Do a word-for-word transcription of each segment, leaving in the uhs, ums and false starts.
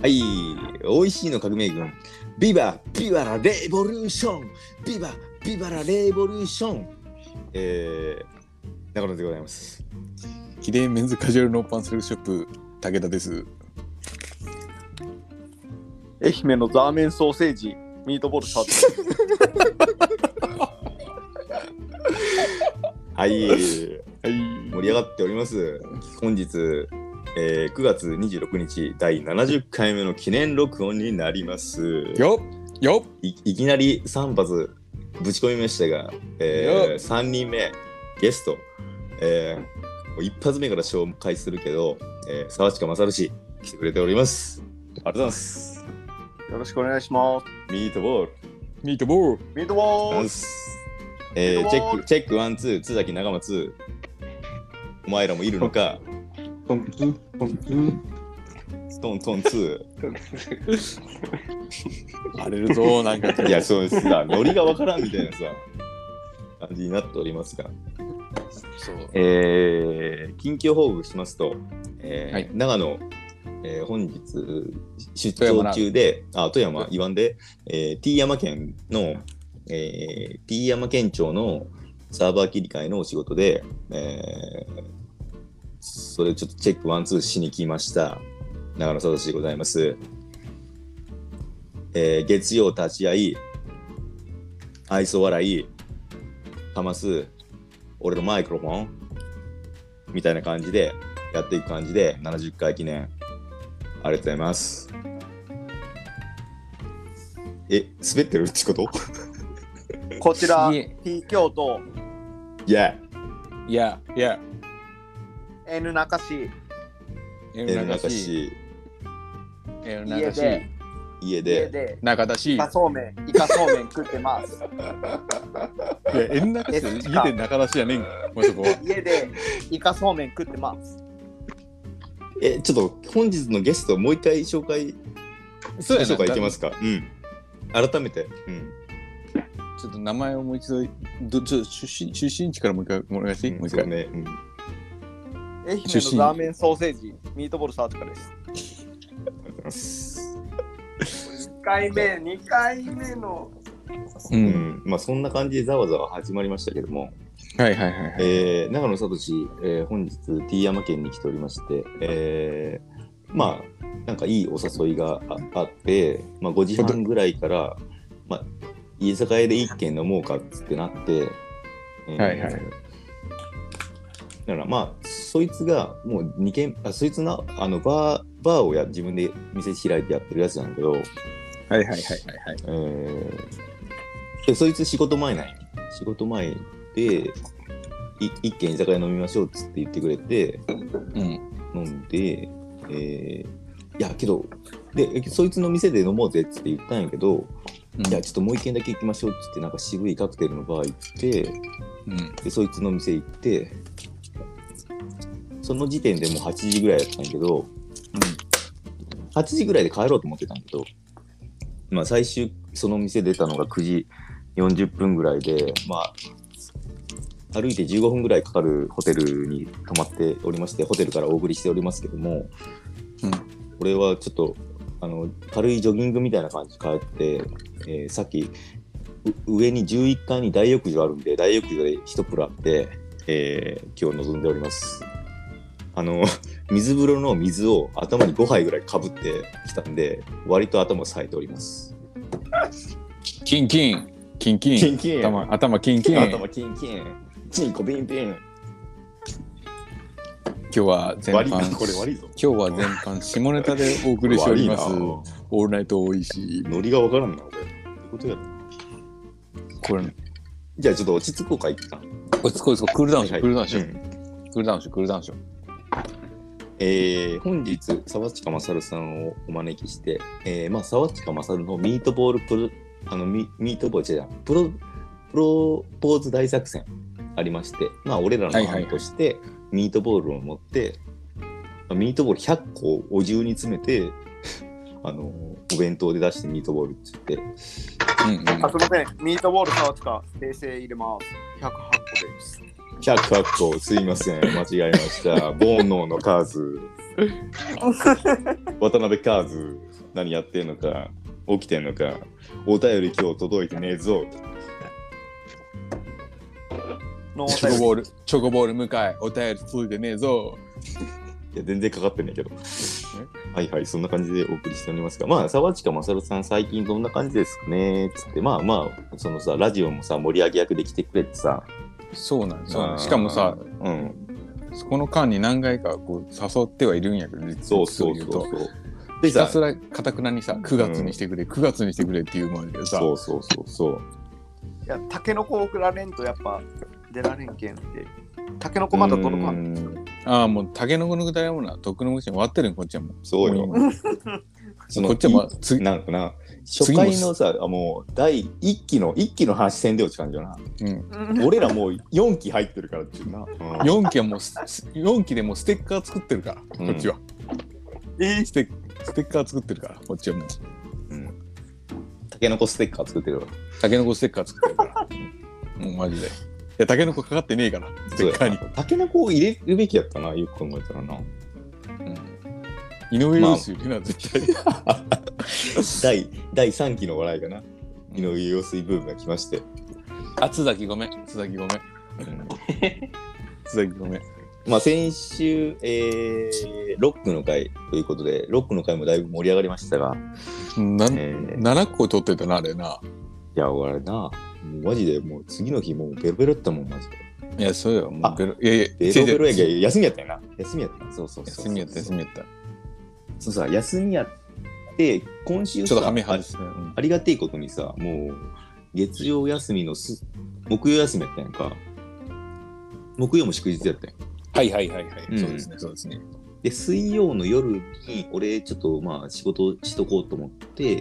はい、美味しいの革命軍、ビバビバラレボリューション、ビバビバラレボリューション、えー、中野でございます。 キレイメンズカジュアルノーパンセレクトショップ武田です。 愛媛のザーメンソーセージミートボールサーはい、はい、盛り上がっております。本日、えー、くがつにじゅうろくにちだいななじゅっかいめの記念録音になります。 よっよっい, いきなりさん発ぶち込みましたが、えー、さんにんめゲスト、えー、一発目から紹介するけど、えー、沢近勝氏来てくれております。ありがとうございます。 よろしくお願いします。 ミートボールミートボールミートボール、 えー、チェックチェックワンツー津崎長松、お前らもいるのか。 トンツートンツートントンツー荒れるぞなんかいやそうですさ、ノリがわからんみたいなさ感じになっておりますが、そうえー、近況報告しますと、えーはい、長野、えー、本日出張中で、あ富山言わんで、えー、T 山県の、えー、T 山県庁のサーバー切り替えのお仕事で、えー、それをちょっとチェックワンツーしに来ました長野聡でございます。えー、月曜立ち会い、愛想笑いかます俺のマイクロフォンみたいな感じでやっていく感じでななじゅっかい記念ありがとうございます。え、滑ってるってことこちら T 京都、 いやいやいや N 中市 N 中市 N 中市家で中田市イカそうめんイカそうめん食ってます。 いや N 中市家で中田市やねんもうそこは家でイカそうめん食ってます。 え、ちょっと本日のゲストもう一回紹介そうや紹介いけますか。うん。改めて、うん、 ちょっと名前をもう一度どちょ出身出身地からもう一回お願いして、うん、もう一回。ね、うん、 愛媛のザーメンソーセージミートボールサーチカです。にかいめにかいめの、 うん、うん、まあそんな感じでざわざわ始まりましたけども、 はいはいはい、はい、 えー、長野聡、えー、本日 T 山県に来ておりまして、えー、まあなんかいいお誘いが あ, あって、まあ、ごじはんぐらいから、まあ、居酒屋で一軒飲もうかってなって、えー、はいはい、だからまあそいつがもうに軒あそいつなあのバーバーをや自分で店開いてやってるやつなんだけど、はいはいはいはいはい、 えー、でそいつ仕事前ない仕事前でい一軒居酒屋飲みましょうっつって言ってくれて、うん、飲んで、えー、いやけどでそいつの店で飲もうぜっつって言ったんやけど、うん、いやちょっともう一軒だけ行きましょうっつってなんか渋いカクテルのバー行って、うん、でそいつの店行ってその時点でもうはちじぐらいだったんやけど、うん、はちじぐらいで帰ろうと思ってたんやけど、まあ最終その店出たのがくじよんじゅっぷんぐらいで、まあ歩いてじゅうごふんぐらいかかるホテルに泊まっておりまして、ホテルからお送りしておりますけども、うん、これはちょっとあの軽いジョギングみたいな感じで帰って、えー、さっき上にじゅういっかいに大浴場あるんで大浴場で一風呂あって、えー、今日臨んでおります。あの水風呂の水を頭にごはいぐらいかぶってきたんで割と頭冴えております。 キンキンキンキンキンキン頭頭キンキン頭キンキンチンコピンピン。 今日は全般これ悪いぞ。 今日は全般下ネタでお送りしております。オールナイトおいしい。 ノリがわからんな俺。ってことやな。 これ、ね、 じゃあちょっと落ち着こうか一旦。 落ち着こうです。クールダウンしよう、はいはい、クールダウンしよう、うん、クールダウンしようクールダウンしよう。 えー、本日沢近勝さんをお招きして、えー、まあ沢近勝のミートボールプロあの ミ, ミートボールじゃプロプロポーズ大作戦ありまして、まあ俺らの案としてミートボールを持って、はいはいはい、ミートボールひゃっこをお重に詰めてあのお弁当で出してミートボールって言って、 うんうん、あすみませんミートボール沢近訂正入れますひゃくはっこです。 ひゃくはっこすいません間違えました煩悩の数渡辺カーズ何やってんのか起きてんのかお便り今日届いてねえぞ。 チョコボールチョコボール向かいお便り届いてねえぞ。 いや全然かかってんねんけどはいはいそんな感じでお送りしておりますが、まあ沢近勝さん最近どんな感じですかねつって、まあまあそのさラジオもさ盛り上げ役で来てくれてさ、 そうなんですよ。しかもさ、うん、この間に何回かこう誘ってはいるんやけど、 そうそうそうそうひたすらかたくなにさくがつにしてくれ、うん、くがつにしてくれっていうもんやけどさ、 そうそうそうそういやタケノコ送られんとやっぱ出られんけんってタケノコまだ届かん。 ああもうタケノコのくだりもなとっくのむしに終わってるんこっちはもう。 そうよそのこっちはまあ次なんかな初回のさもう第一期の一期の話せんで落ちたんじゃな、うん、俺らもうよんき入ってるからっていうな、 うん、よんきはもうよんきでもうステッカー作ってるから、うん、こっちは、えー、ステステッカー作ってるからこっちはもう、 うん、タケノコステッカー作ってるからタケノコステッカー作ってるからもうマジでいやタケノコかかってねえからステッカーにタケノコを入れるべきやったなよく考えたらな、 うん井上陽水よりな、絶対第, 第さんきの笑いかな、うん、井上陽水ブームが来ましてあ津崎ごめん津崎ごめん、うん、津崎ごめんまあ先週、えー、ロックの回ということでロックの回もだいぶ盛り上がりましたが、 なえー、ななこ撮ってたなあれな。 いや俺なもうマジでもう次の日もうベロベロったもんマジで。 いやそうよもうベロいやいやベロベロやけど休みやったよな休みやったそうそうそう休みやった休みやったそうさ休みやって今週さちょっとはめはですね、うん、 ありがていことにさもう月曜休みのす木曜休みやったやんか木曜も祝日やったやんはいはいはいはい、うん、 そうですねそうですねで水曜の夜に俺ちょっとまあ仕事しとこうと思って、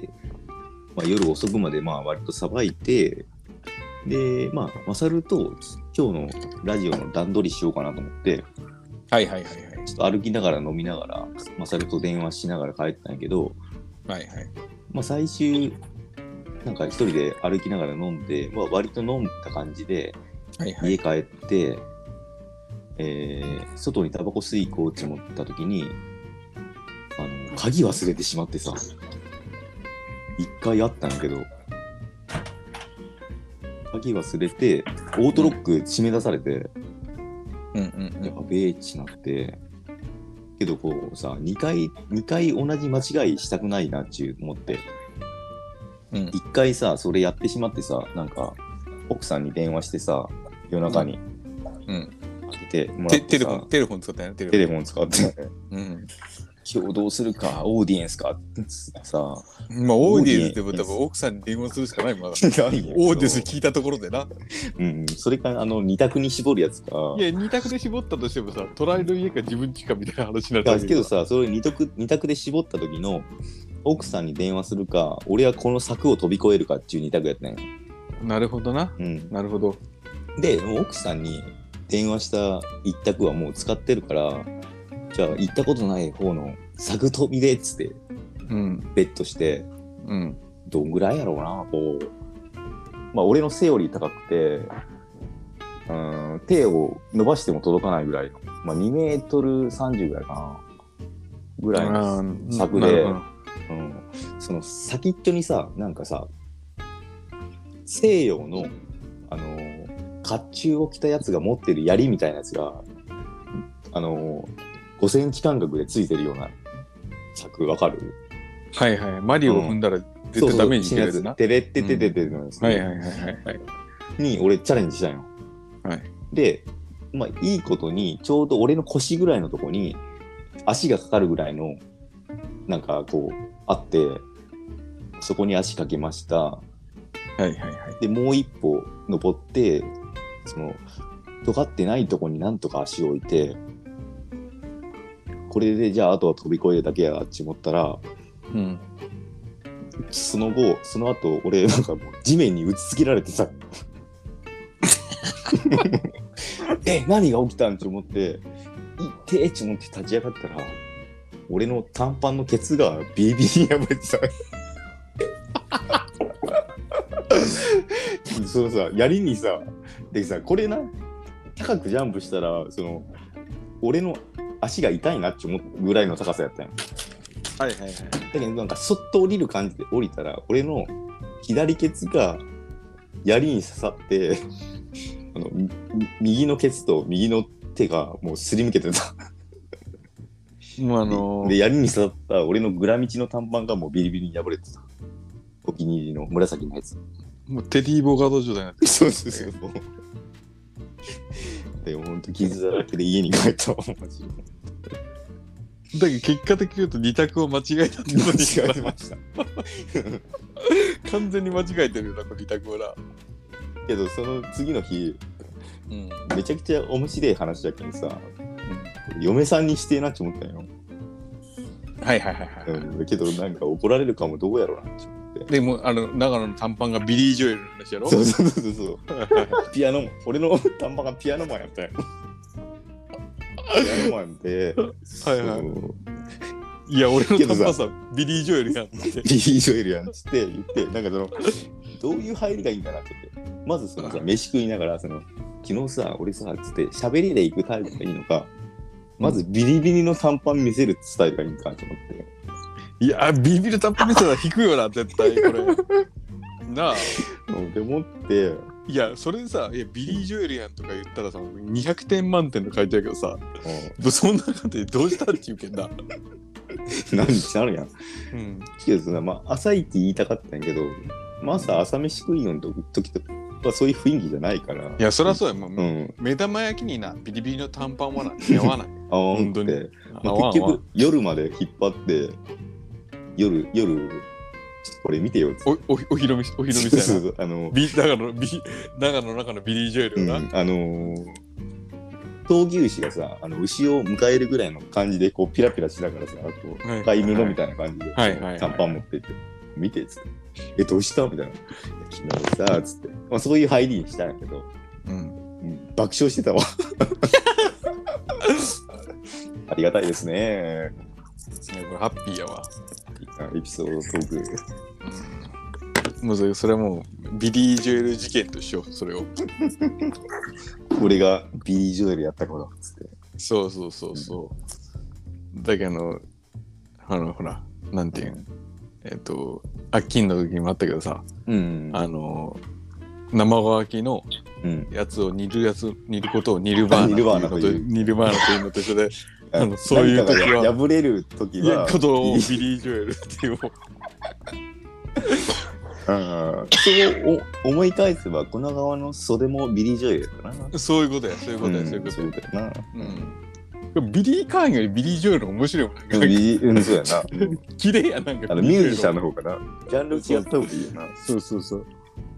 まあ、夜遅くまでまあ割とさばいてでまあマサルと今日のラジオの段取りしようかなと思ってはいはいはいはいちょっと歩きながら飲みながらマサルと電話しながら帰ったんやけどはいはいまあ最終なんか一人で歩きながら飲んで、まあ、割と飲んだ感じで、 はいはい、 家帰って、えー、外にタバコ吸い行こうって思った時にあの鍵忘れてしまってさ一回あったんやけど鍵忘れてオートロック締め出されて、 うんうんうん、 やべえっちなってけどこうさにかいにかい同じ間違いしたくないなって思ってうん、 一回さそれやってしまってさなんか奥さんに電話してさ夜中に開けてもらってさ、うん、 テレフォンテレフォン使ったよねテレフォン使って、 うん、 今日どうするかオーディエンスかってさまあオーディエンスでも多分奥さんに電話するしかないもんなオーディエンス聞いたところでなうんそれかあの二択に絞るやつかいや二択で絞ったとしてもさ隣の家か自分家かみたいな話になったけどさそれ二択二択で絞った時の奥さんに電話するか俺はこの柵を飛び越えるかっていう二択やったんよ。 なるほどな、 うん、 なるほど。 でもう奥さんに電話した一択はもう使ってるからじゃあ行ったことない方の柵飛びでっつって、 うん、 ベットして、 うん、 どんぐらいやろうなこうまあ俺の背より高くてうん手を伸ばしても届かないぐらいの、まあ、にメートルさんじゅうぐらいかなぐらいの柵でうん、その先っちょにさなんかさ西洋のあのー、甲冑を着たやつが持ってる槍みたいなやつがあのー、ごセンチ間隔でついてるような柵わかる？ はいはいマリオを踏んだら絶対ダメージ受けるやつな。 テレっててててのやつ、 はいはいはいはいはいに俺チャレンジしたんよ。 はい。 でまあいいことにちょうど俺の腰ぐらいのとこに足がかかるぐらいのなんかこうあってそこに足かけました。 はいはいはい。 でもう一歩登ってその尖ってないとこになんとか足を置いてこれでじゃああとは飛び越えるだけやって思ったら、 うん、 その後その後俺なんかもう地面に打ちつけられてさえ何が起きたんって思っていってーって思って立ち上がったら俺の短パンのケツがビービーに破れてさそのさ槍にさでさこれな高くジャンプしたらその俺の足が痛いなって思うぐらいの高さやったんよ。 はいはいはい。 だけどなんかそっと降りる感じで降りたら俺の左ケツが槍に刺さってあの右のケツと右の手がもうすりむけてた。 もうあのー、 で槍に刺さった俺のグラミチの短パンがもうビリビリに破れてた。お気に入りの紫のやつ。 もうテディーボガード状態になってる。 そうそうそう。でもほんと傷だらけで家に帰ったわマジで。 だけど結果的に言うと二択を間違えたってことに間違えました。 完全に間違えてるよな、この二択をな。 けどその次の日、うん、めちゃくちゃ面白い話だけどさ、うん、嫁さんにしてえなって思ったよ。 はいはいはいはい、 うん。だけどなんか怒られるかもどうやろうなって思って。 でもあの長野の短パンがビリー・ジョエルの話やろ。 そうそうそうそう。ピアノ俺の短パンがピアノマンやったよ。ピアノマンで。 はいはい。いや俺の短パンさビリー・ジョエルやんって。ビリー・ジョエルやんって言ってなんかそのどういう入りがいいんかなって言って。まずそのさ飯食いながらその昨日さ俺さつって喋りで行くタイプがいいのか、まずビリビリの短パン見せるスタイルがいいんかと思って。 いやビリビリ短パン見せたら引くよな絶対これ。なあ。 で思って。 いやそれでさいやビリー・ジョエルやんとか言ったらさにひゃくてん満点の書いてあるけどさ、うん、そんな感じでどうしたって言うけんな。 何ってなるやん。うん。けどさまあ朝一言いたかったんやけど。まあ、朝朝飯食いの時とかそういう雰囲気じゃないから。いやそりゃそうやもう、うん、目玉焼きになビリビリの短パンはな似合わない。 あ本当に、まあ、結局夜まで引っ張って夜夜これ見てよおおお披露目お披露目したよな。あのビ長野ビ長野の中のビリー・ジョエルよな、うん、 あのー、闘牛士がさあの牛を迎えるぐらいの感じでこうピラピラしながらさこう赤い布みたいな感じで短パン持ってって見てっつってえどうしたみたいな昨日さつって、まあ、そういう入りにしたんやけど、うんうん、爆笑してたわ。ありがたいですね。 いやこれハッピーやわ。 エピソードトーク。 うん、もうそれはもうビリー・ジョエル事件としようそれを。 俺がビリー・ジョエルやったことつって。 そうそうそうそう。うん、だけどあのあのほらなんていうの、うん、えっ、ー、とアッキンの時にもあったけどさ、うん、あの生乾きのやつを煮るやつ煮ることをニルバーナというニルバーナというのと一緒で。あのそういう時は破れる時はことをビリー・ジョエルっていうあそう思い返せばこの側の袖もビリー・ジョエルかな。 そういうことやそういうことや、うん、そういうことやな、うん、ビリー・カーンよりビリー・ジョエルの面白いもんね。 ビリー、うん、そうやな綺麗やなんかあのミュージシャンの方かなジャンル違った方がいいよな。 そうそうそう、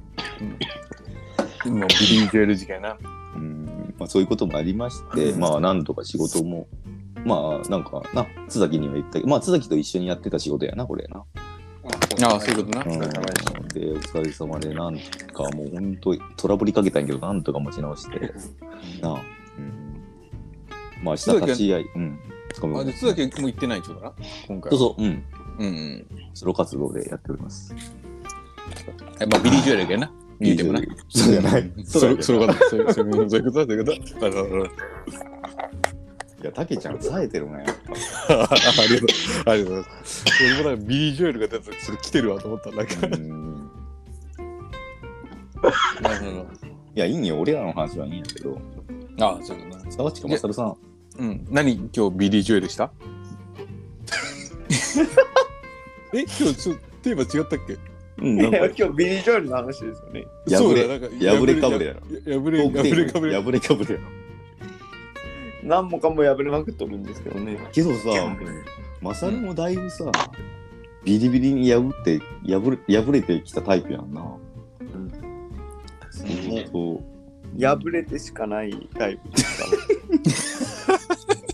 うん、もうビリー・ジョエル事件な、 うんまあ、そういうこともありまして、うん、まあなんとか仕事もまあなんかな津崎には言ったけどまあ津崎と一緒にやってた仕事やなこれな。 ああそういうことな、うん、 でお疲れ様でなんかもうほんとトラブりかけたんやけどなんとか持ち直してなあ、うん、まあ明日立ち会いうんあで津崎も行ってないってことだな今回。 そうそううんうんうんソロ活動でやっております。 えまあビリー・ジョエルやけどな言うてもなそうじゃないソロ活動そういうことそういうことそういうこといや、たけちゃん、冴えてるね。 ありがとう。ありがとうございます。俺もなんかビリー・ジョエルが出たらそれ来てるわと思ったんだけど。 いや、いいんよ。俺らの話はいいんやけど。 ああ、そういうことな。 沢近勝さん。 うん。何今日ビリー・ジョエルしたえ、今日ちょっとテーマ違ったっけうん、なんか今日ビリー・ジョエルの話ですよね。 破れ、破れかぶれやろ。 破れ、破れかぶれ。 破れかぶれやろ。 何もかも破れまくっとるんですけどね。 けどさ、マサルもだいぶさ、ビリビリに破って破れ、破れてきたタイプやんな。うん。 そう。破れてしかないタイプですか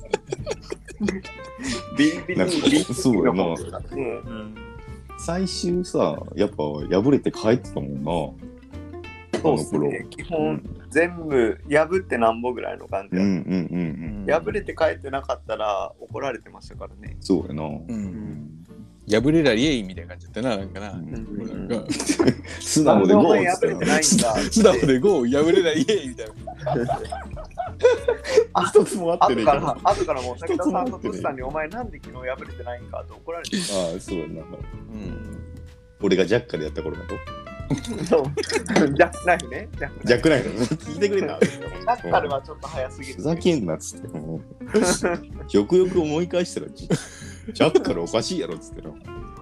ビリビリにビリそうやな、うん。最終さ、やっぱ破れて帰ってたもんな。 そうですね。基本、うん、全部破ってなんぼぐらいの感じ、うんうんうんうん、破れて帰ってなかったら怒られてましたからね。 そうやな、うんうん、破れらイエイみたいな感じだったななんかな、うんうん、なんか素直でゴー破れてないんだ素直でゴー破れらイエイみたいな一つも合ってないから。後からもう武田さんとトシさんにお前なんで昨日破れてないんかって怒られてる。 ああ、そうやな。うん。俺がジャッカルやった頃だと。 そう。ジャックナイフね。 ジャックナイフ。聞いてくれた。 ジャッカルはちょっと早すぎる。 ふざけんなっつって。よくよく思い返したら、ジャッカルおかしいやろっつってな。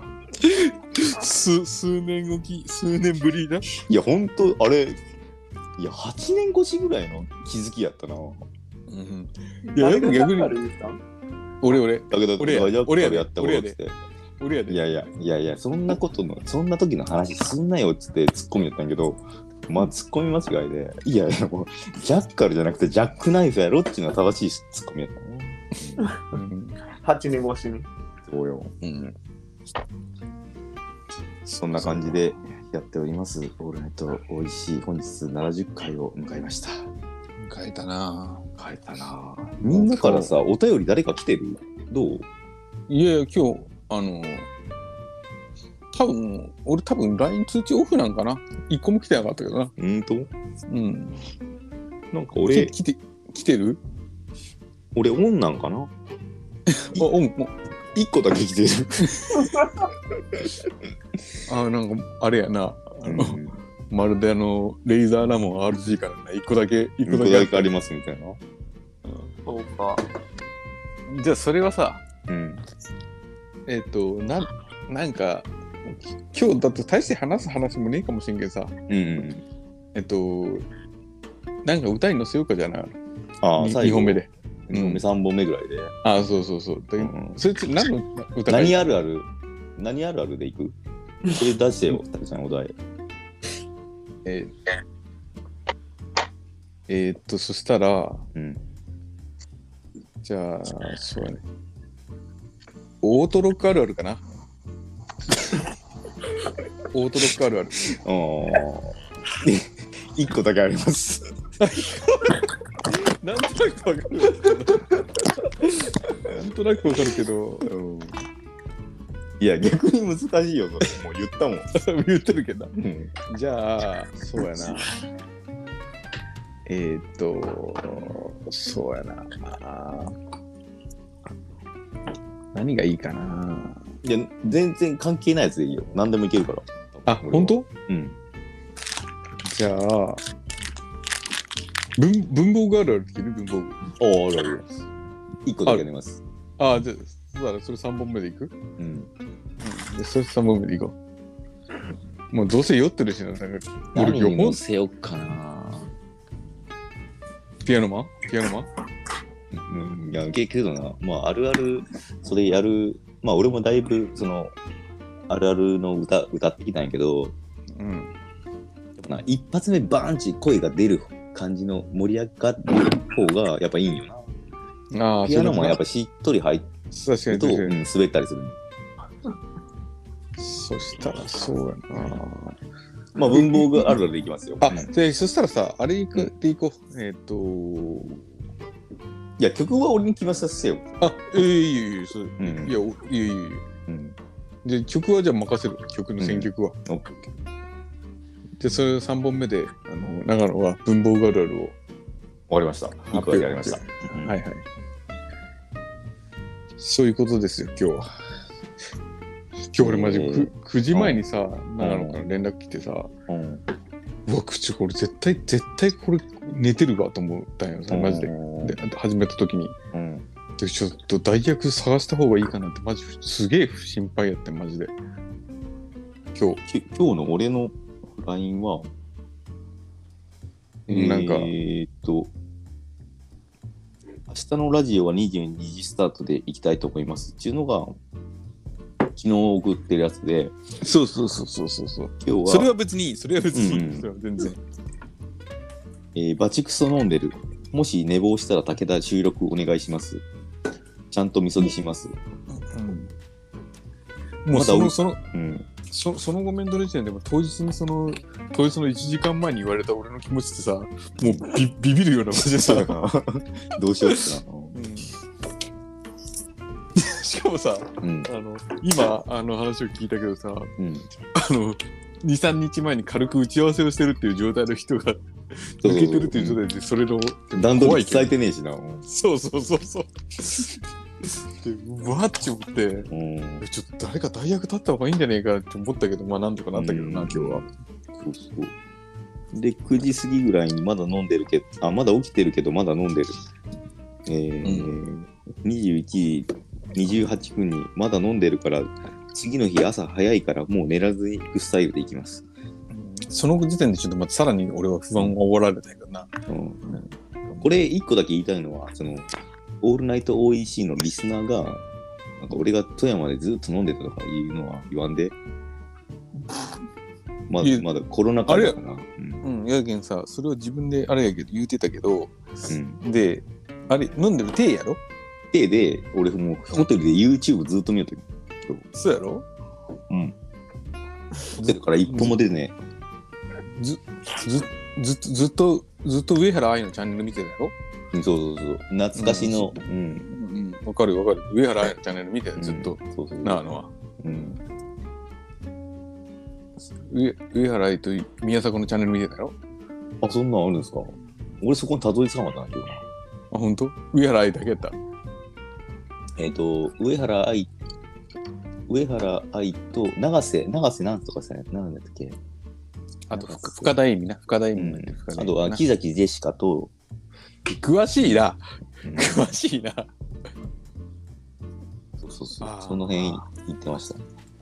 数数年おき、数年ぶりだ。 いや、ほんと、あれ、いや、はちねん越しぐらいの気づきやったな。うん。 いや、よく逆に。俺、俺。 だけど、 俺や、 俺やった俺やで。 俺やで。 いやいや、いやいや、そんなことの、そんな時の話すんなよっつってツッコミやったんやけど、まあ、ツッコミ間違いで、いやいや、もう、ジャッカルじゃなくて、ジャックナイフやろっていうのは正しいツッコミやったな。 うん、はちねん越しに。 そうよ。うん。そんな感じでやっております。オールナイトおいしい。本日ななじゅっかいを迎えました。 迎えたなぁ。迎えたなぁ。みんなからさ、お便り誰か来てる？どう？ いやいや、今日、あの、多分、俺多分 ライン 通知オフなんかな。一個も来てなかったけどな。 うんと？ うん。 なんか俺、 来て、来てる？ 俺オンなんかな？ あ、オン、 一個だけ来てる。 あ、なんか、あれやな。あの、うん、まるであの、レイザーラモン アールジー からね、一個だけ、 一個だけ、だけありますみたいな。うん、 そうか。 じゃあ、それはさ、 うん、 えっ、ー、と、な、なんか、今日だって大して話す話もねえかもしれんけどさ、 うんうん、 えっと、なんか歌に乗せようかじゃな。 ああ、 にほんめで。 にほんめ、さんぼんめぐらいで。 ああ、そうそうそう。うん、それって何の歌？ 何あるある何あるあるでいく？それ出してよ、たけちゃんお題。 えー、えー、っと、そしたら、 うん、 じゃあ、そうだね。オートロックあるあるかな。オートロックあるある。 ああ。一個だけあります。 なんとなくわかる。なんとなくわかるけど、うん、 いや逆に難しいよそれ。もう言ったもん。 言ってるけど、 うん、 じゃあそうやな。えー、っとそうやな。何がいいかな。 いや全然関係ないやつでいいよ。何でもいけるから。 あ、本当？ うん。 じゃあ文文房具あるあるって言う文房具。 ああ、あるある。一個だけあります。 ああ、じゃあ、そうだね、それさんぼんめでいく？ うん。 うん、それさんぼんめでいこう。もうどうせ酔ってるしな、なんか。 何に乗せよっかな。 ピアノマン？ピアノマン？ うん、いや、けどな、まあ、あるある、それやる、まあ、俺もだいぶ、その、あるあるの歌、歌ってきたんやけど、 うん。やっぱな、一発目バーンチ声が出る感じの盛り上がる方がやっぱいいんよな。あピアノもやっぱしっとり入ってると、うん、滑ったりする。 そしたらそうやな。 まあ文房具あるあるでいきますよ。 あ、でそしたらさ、あれいくっていこう。うん、えっ、ー、といや曲は俺に決まさせてよ。 あ、えー、いいよいいそう、うん、いやいいいいいい。うん。で曲はじゃあ任せる。曲の選曲は。 うん、オッケー。 でそれさんぼんめであの長野は文房具あるあるを終わりました。いっこだけやりました。 うん、はいはい。そういうことですよ今日は。今日俺マジ、えー、くじまえにさ、うん、長野から連絡来てさ、うん、うわ口これ絶対絶対これ寝てるわと思ったんよマジで。で始めた時に、うん、でちょっと代役探した方がいいかなってマジすげえ心配やってマジで。今日今日の俺のラインは、なんか、えー、っと、明日のラジオはにじゅうにじスタートで行きたいと思いますっていうのが、昨日送ってるやつで、 そうそうそうそうそうそう。 今日は、 それは別にいい、それは別にいい、うん、それは全然。 えー、バチクソ飲んでる。もし寝坊したら武田収録お願いします。ちゃんとみそぎします。 うん、もうその、その、うんそ, その後面どれ時点でも当日にその当日のいちじかんまえに言われた俺の気持ちってさもう ビ, ビビるような感じでさどうしようってな、うん、 しかもさ、うん、あの今あの話を聞いたけどさ、うん、あの にさんにちまえに軽く打ち合わせをしてるっていう状態の人が抜けてるっていう状態でそれの段取り伝えてねえしな。 そうそうそうそう。でうわっち思って、うん、ちょっと誰か代役立った方がいいんじゃねえかって思ったけど、まあなんとかなったけどな、うん、今日は。 そうそうでくじ過ぎぐらいにまだ飲んでるけど、あまだ起きてるけどまだ飲んでる。えーうん、にじゅういちじにじゅうはっぷんにまだ飲んでるから、次の日朝早いからもう寝らずに行くスタイルで行きます。 その時点でちょっとまたさらに俺は不安がおられたけどな、うんうん、 これ一個だけ言いたいのは、そのオールナイト オーイーシー のリスナーがなんか俺が富山でずっと飲んでたとかいうのは言わんで。まだまだコロナ禍だからな。 うん、うん、やけんさ、それを自分であれやけど言うてたけど、うん、であれ飲んでる手やろ。 手で俺もうホテルで YouTube ずっと見よったよ。 そうやろ。 うん。ホテルから一本も出てね。 ずずずずっとずっと上原愛のチャンネル見てたやろ。 そうそうそう。懐かしの。うん。 うんうん。わかるわかる。上原愛のチャンネル見てたずっと。うん、そうそう。なあのは。うん。上上原愛と宮迫のチャンネル見てたやろ。 あ、そんなんあるんですか。俺そこにたどり着かなかったんだけどな。 あ、ほんと？上原愛だけやった。 えっ、ー、と上原愛上原愛と永瀬永瀬なんとかさ何だっけ。 あと深田恵美な深田恵美、うん、 あとは木崎ジェシカと詳しいな、うん、詳しいな。 そうそうそう、その辺行ってました。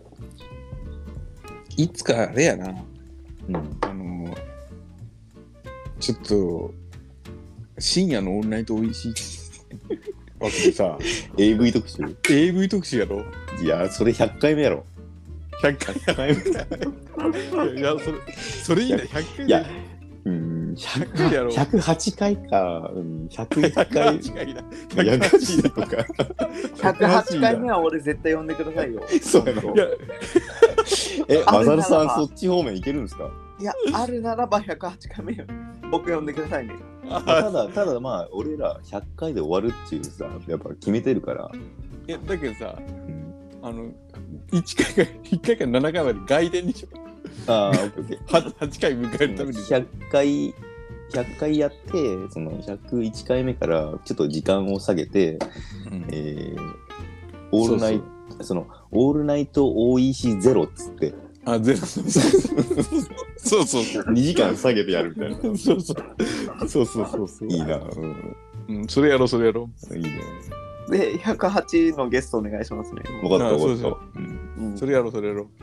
いつかあれやな、うん、あのちょっと深夜のオンライトおいしいわけでさエーブイ 特集エーブイ 特集やろ。 いやそれひゃっかいめやろ。 ひゃっかいめいやそれそれいいね。ひゃっかいめ。いやうんひゃっかいやろ。ひゃくはちかいか、うん、ひゃくいっかいひゃくはちかいだひゃくはちとかひゃくはちかいめは俺絶対呼んでくださいよ。 そうやろ。いやえマサルさんそっち方面いけるんですか。 いやあるならばひゃくはちかいめよ僕呼んでくださいね。 ただただまあ俺らひゃっかいで終わるっていうさやっぱ決めてるから。 いやだけどさ、うん、あのいっかいかいっかいからななかいまで外伝にしよう。 ああオッケーオッケー。 はちかい迎えるためにひゃっかいひゃっかいやってそのひゃくいっかいめからちょっと時間を下げて、うん、えー、オールナイトそのオールナイト オーイーシー ゼロっつって。 あ、ゼロ。そうそうそう。 にじかん下げてやるみたいな。 そうそう。そうそうそうそう。 いいな。うん。 うん、それやろう、それやろう。いいね。 で、ひゃくはちのゲストお願いしますね。 分かった、分かった。 そうそう。うん。それやろう、それやろう。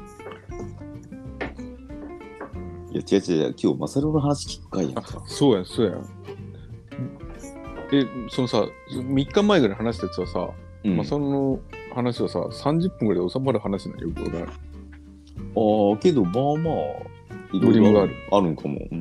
いや、違う違う違う。今日、マサルの話聞くかいやんか。 そうや、そうや。え、そのさ、みっかまえぐらい話したやつはさ、うん、マサルの話はさ、さんじゅっぷんぐらいで収まる話なんよ、俺。 ああ、けどまあまあいろいろあるあるんかも。うん。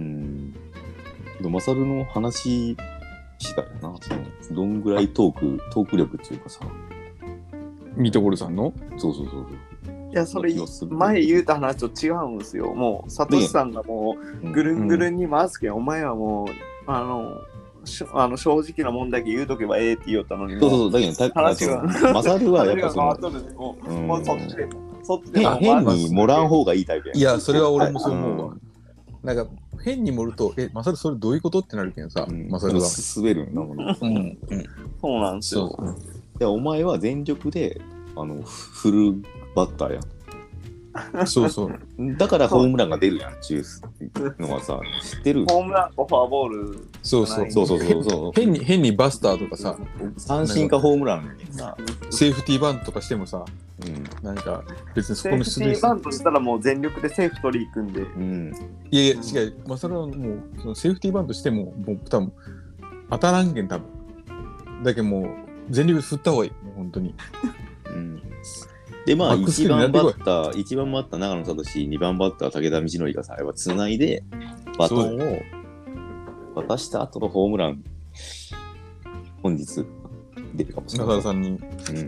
けどマサルの話次第だな。そのどんぐらいトークトーク力っていうかさ。 ミートボールさんの？ そうそうそうそう。いやそれ前言うた話と違うんですよ。もうサトシさんがもうぐるんぐるんに回すけん、うん、お前はもうあの。あの正直なもんだけ言うとけばええって言おったのに。 そうそうそう。だけど話がマサルはやっぱそのもうそっちでそっちで変に盛らん方がいいタイプや。 いやそれは俺もそう思うわ。なんか変に盛るとえマサルそれどういうことってなるけんさ、うん、マサルは滑るんだもん。うんうん。そうなんですよ。 いやお前は全力であのフルバッターや。 そうそうだからホームランが出るやんチュースっていうのはさ知ってる。 ホームランとフォアボールそうそうそうそうそうそう変に変にバスターとかさ三振かホームランさセーフティーバントとかしてもさ、うん、なんか別にそこのセーフティーバントしたらもう全力でセーフ取り行くんで、うん、いやいや違うマサルはもうそのセーフティーバントしてももう多分当たらんけん多分だけどもう全力で振った方がいいもう本当に、うんでまあいちばんバッターいちばんバッター長野聡にばんバッター武田道則がさやっぱつないでバトンを渡した後のホームラン本日出るかもしれない。 中田さんに、うん、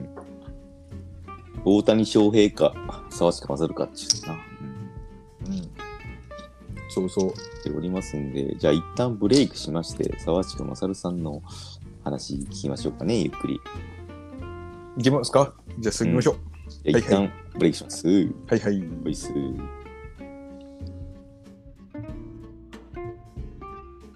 大谷翔平か沢近勝かっていうな、 うんうん、そうそうしておりますんでじゃあ一旦ブレイクしまして沢近勝さんの話聞きましょうかねゆっくり。 いきますか。じゃあ進みましょう。うんじゃあ一旦ブレイクします。はいはい。はいはい。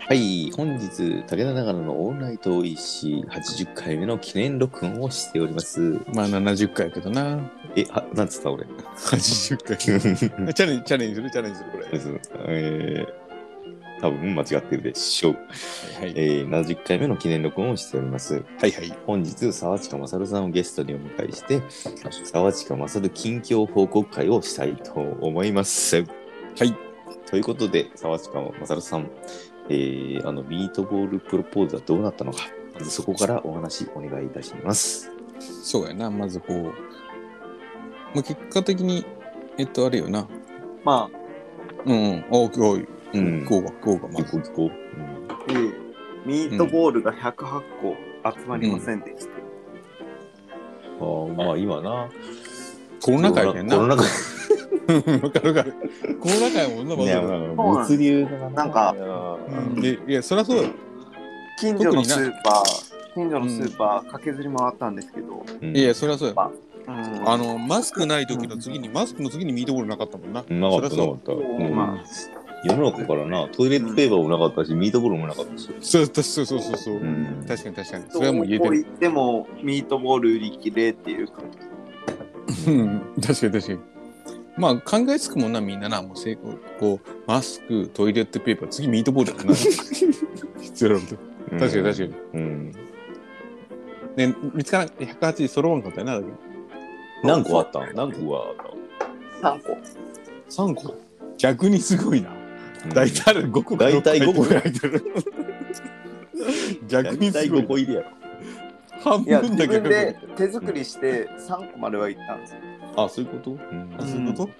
はい、本日、武田長野のオールナイトおいしいはちじゅっかいめの記念録音をしております。 まあななじゅっかいやけどな。 え、はなんつった俺。 はちじゅっかい。チャレンジ、チャレンジするチャレンジするこれ。 えー、多分間違ってるでしょう。はいはい、えー、ななじゅっかいめの記念録音をしております。 はいはい。 本日、沢近勝さんをゲストにお迎えして、沢近勝近況報告会をしたいと思います。はい。ということで、沢近勝さん、えー、あのミートボールプロポーズはどうなったのか、まずそこからお話お願いいたします。 そうやな、まずこう、まあ、結果的に、えっと、あれよな。 まあ、 うんうん、おおい、 うん、 こうが、こうが、まあ、 こうこう、うん、 えー、ミートボールがひゃくはちこ集まりませんでした。 うんうん、ああ、まあ今な。 コロナ禍やけんな。 コロナ禍。 わかるわかる。コロナ禍やもんな、まず。 物流がなんか、 うん、いや、そりゃそうよ。 近所のスーパー、近所のスーパー、駆けずり回ったんですけど。 うん、いや、そりゃそうよ。うん、あの、マスクない時の次に、うん、マスクの次にミートボールなかったもんな。 なかった、なかった。うんまあ、世の中からな、トイレットペーパーもなかったし、うん、ミートボールもなかったし。 そうそうそうそうそう、うん。確かに確かに。それはもう言えてる。 どこ行ってもミートボール売り切れっていうか。 うん、確かに確かに。まあ考えつくもんな、みんなな、もう成功、こう、マスク、トイレットペーパー、次ミートボールだな。必要なこと。確かに確かに。うん。ね、見つからん、ひゃくはち揃わんかったよな、だけど。 何個あったん何個はあったさんこ。 さんこ逆にすごいな。大体あれごこぐらい。大体ごこぐらい入ってる。 逆にすごい。 ごこ入りやろ。 半分だけ。 自分で手作りしてさんこまではいったんですよ。 あ、そういうこと、うん、 あ、そういうこと、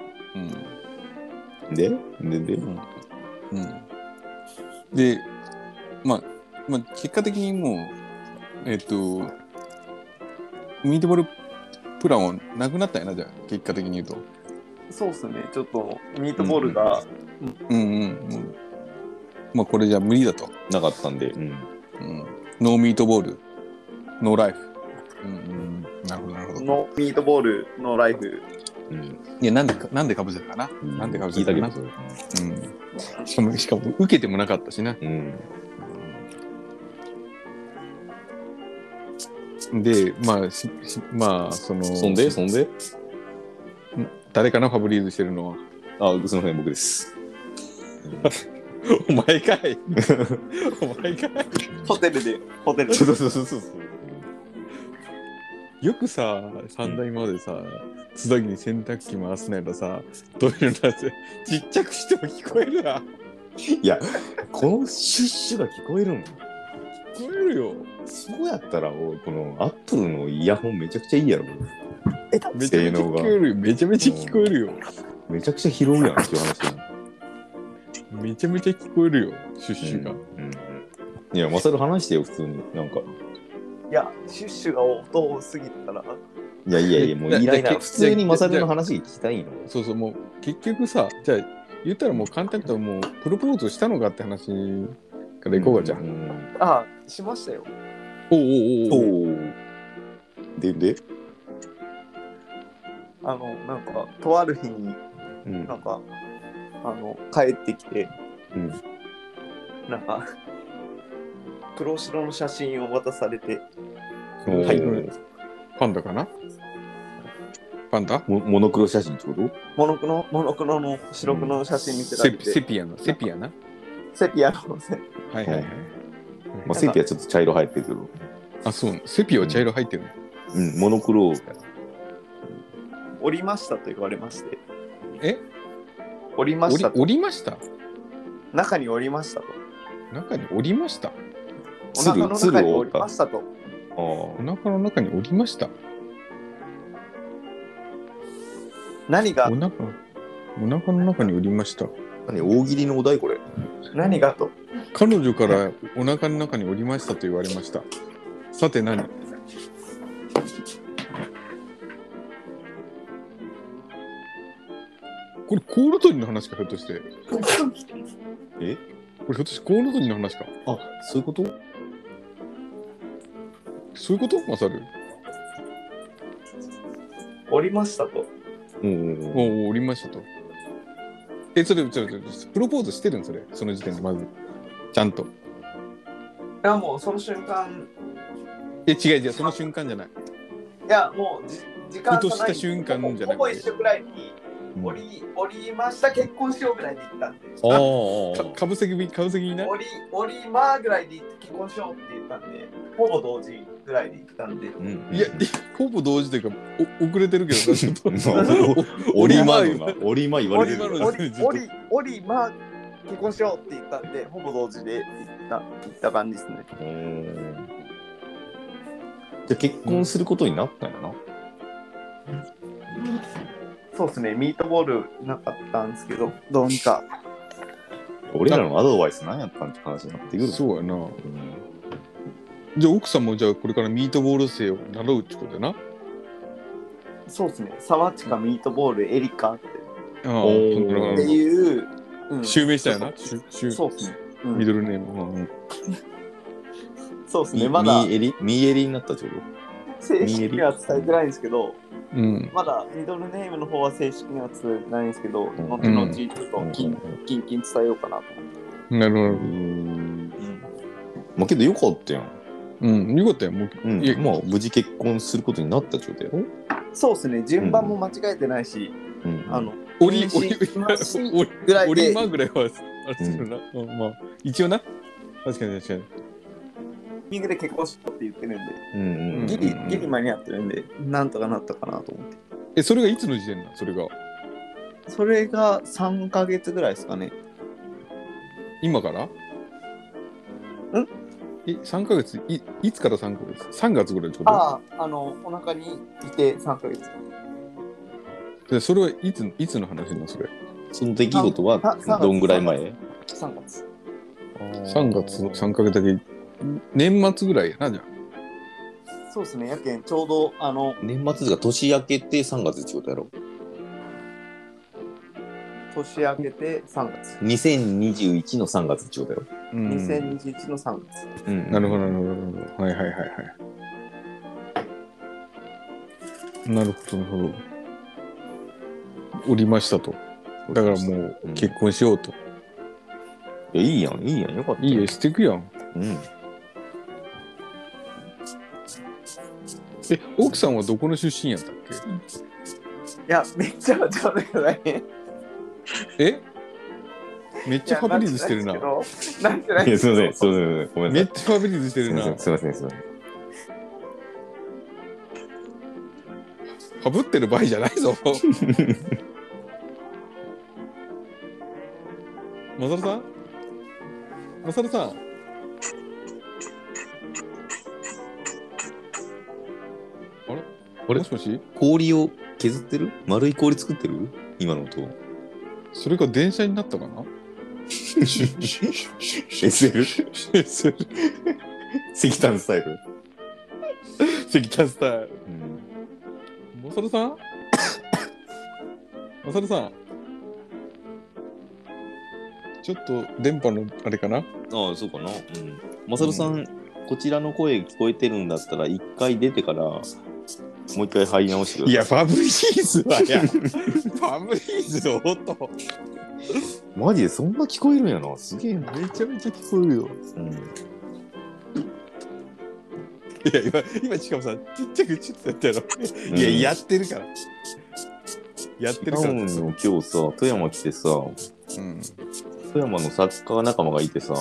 うん、ででで、うん、 で、まあ、まあ、結果的にもう、えっと、ミートボールプランはなくなったんやな、じゃあ、結果的に言うと。 そうっすね、ちょっとミートボールが。 うんうん、うんうんまあ、これじゃ無理だと。 なかったんで、うん。うん、 ノーミートボール、ノーライフ。うんうんなるほどなるほど。 のミートボールのライフ。 うん、いやなんでかなんでかぶせたかな。うん、なんでかぶせたかな。うん。しかもしかも受けてもなかったしな。うん。でまあししまあそのそんでそんで誰かなファブリーズしてるのは。 あすみません僕です。 お前かい。お前かい。 ホテルでホテルで。 そうそうそうそう。 よくさ、三代までさ、津田木に洗濯機回すならさ、どういうのだってちっちゃくしても聞こえるな。 いや、このシュッシュが聞こえるの？聞こえるよ。 そうやったら、このアップルのイヤホンめちゃくちゃいいやろ。 え、めちゃめちゃ聞こえるよ。めちゃめちゃ聞こえるよ。 めちゃくちゃ拾うやんっていう話やん。めちゃめちゃ聞こえるよ、シュッシュが。うんうんうん、いや、マサル話してよ、普通に。なんか。 いや、シュッシュが音を過ぎたら。 いやいやいや、もういらないな。普通にマサルの話聞きたいの。 そうそう、もう結局さ、じゃあ言ったらもう簡単ともうプロポーズしたのかって話からいこうかじゃん。うん、 ああ、しましたよ。 おおおおお。 で、であの、なんか、とある日に、うん、なんか、あの、帰ってきて、うん、なんか、黒白の写真を渡されて、 はい、パンダかなパンダモモノクロ写真ってこと？ モノクロモノクロの白黒の写真見せられて、 うん、セ, セピアのセピアなセピアのはいはいはい、 まあ、セピアちょっと茶色入ってるけどあそうセピアは茶色入ってるの、 うん、うん、モノクロ折りましたと言われましてえ折りましたと折りました中に折りましたと中に折りましたお腹の中に折りましたとお腹の中に折りました何がお腹お腹の中に折りました何大喜利のお題これ何がと彼女からお腹の中に折りましたと言われましたさて何これコウノトリの話かひょっとしてえこれひょっとしてコウノトリの話かあそういうことそういうことマサル折りましたとうんおお折りましたとえそれちょっとプロポーズしてるんそれその時点でまずちゃんと。いやもうその瞬間。 え違う違うその瞬間じゃない。 いやもうじ時間ふとした瞬間じゃなくて。 ほぼ一緒ぐらいに降り、降りました結婚しようぐらいで言ったんで。 ああ。かぶせ気かぶせ気にな。 降り降りまーぐらいで結婚しようって言ったんで、ほぼ同時ぐらいで言ったんで。うん、 いやほぼ同時というかお遅れてるけどなちょっと。 降りまーが降りまー言われてる。 降り降りまー結婚しようって言ったんで、ほぼ同時で言った言った感じですね。 うんじゃあ結婚することになったんやな。 そうですね、ミートボールなかったんですけど、どうにか。 俺らのアドバイス何やったんって話になってくる。 そうやな。うん、じゃあ奥さんもじゃあこれからミートボール生を習うってことやな。 そうですね、サワチカミートボールエリカって。 ああ、っていう、 うん、襲名したよな。そうですね。 ミドルネーム。うん、 そうですね、まだ。 ミーエリミーエリになったちょうど。 正式には伝えてないんですけど、 うん、 まだミドルネームの方は正式には伝えてないんですけど、うん、後々ちょっとキンキンキン伝えようかなと思って。 なるほど。うん 。まあけどよかったやん。 うん、よかったよ。もう、 うん、いやまあ無事結婚することになった状態やろ。 そうですね、順番も間違えてないし、うん、あの、 オリオリぐらいで。 オリマぐらいはあれするな。うん、まあ一応な。確かに確かに。 ミングで結婚しようって言ってるんで、 うんうん、 ギリギリ間に合ってるんで、なんとかなったかなと思って。 え、それがいつの時点なの？それが。 それがさんかげつぐらいですかね。 今から？ん？え、さんかげつい、いつからさんかげつ？ さんがつぐらいってこと？ ああ、あの、お腹にいてさんかげつ。 でそれはいつ、いつの話なのそれ？ その出来事はどんぐらい前？ さんがつ。 さんがつのさんかげつだけ。年末ぐらいやな、じゃあ。そうですね、やけん、ちょうど、あの、 年末が年明けてさんがつってことやろ。 年明けてさんがつ。 にせんにじゅういちのさんがつってことやろ。 うん、にせんにじゅういちのさんがつ。 うん、なるほど、なるほど、なるほど。はいはいはいはい。なるほど、なるほど。おりましたと。だからもう結婚しようと。 うん、いや、いいやん、いいやん、よかった。 いいや、してくやん。 うん。 え、奥さんはどこの出身やったっけ？ いや、めっちゃちょうだくないえ？めっちゃファブリーズしてるな。 なんてないいや、すいません、すいません、ごめんなさい。 めっちゃファブリーズしてるな。 すいません、すいません。 ファブってる場合じゃないぞ。マサルさん？マサルさん？あれ？あれ？もしもし？ 氷を削ってる？丸い氷作ってる？今の音。 それが電車になったかな？ エスエル？ エスエル？ 石炭スタイル？ 石炭スタイル。うん。マサルさん？マサルさん？ちょっと電波のあれかな？ああ、そうかな。うん。マサルさん、うん、こちらの声聞こえてるんだったら、一回出てから、もう一回入り直してください。 いや、ファブリーズはや。ファブリーズの音。 マジでそんな聞こえるんやな。すげえな。 めちゃめちゃ聞こえるよ。うん。いや、今、今しかもさ、ちっちゃくちょっとやったやろ。うん、いや、やってるから。やってるから。 今日さ、富山来てさ、うん。富山のサッカー仲間がいてさ、うん、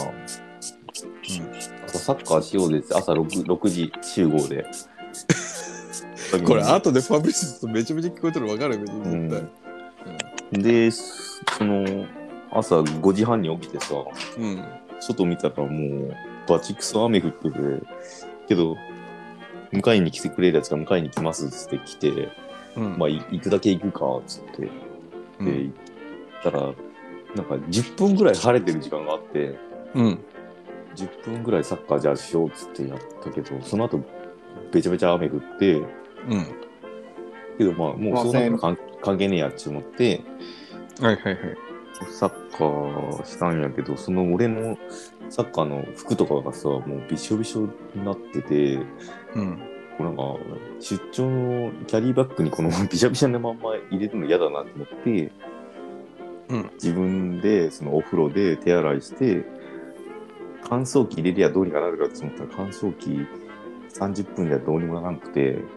朝サッカーしようでって朝 6, 6時集合でこれ後でファブリスとめちゃめちゃ聞こえてるの分かるよ、絶対、 うん、で、その朝ごじはんに起きてさ、うん、外見たらもうバチクソ雨降ってて、けど迎えに来てくれるやつが迎えに来ますっつって来て、うん、まあ行くだけ行くかっつって、うん、で行ったらなんかじゅっぷんぐらい晴れてる時間があって、うん、じゅっぷんぐらいサッカーじゃあしようっつってやったけど、その後べちゃべちゃ雨降って、うん、けどまあもうそんなの関係ねえやっち思って、 はいはいはい、 サッカーしたんやけど、その俺のサッカーの服とかがさ、もうびしょびしょになってて、うん、なんか出張のキャリーバッグにこのびしゃびしゃのまんま入れるの嫌だなと思って、うん、自分でそのお風呂で手洗いして乾燥機入れりゃどうにかなるかと思ったら乾燥機さんじゅっぷんではどうにもならなくて、うん、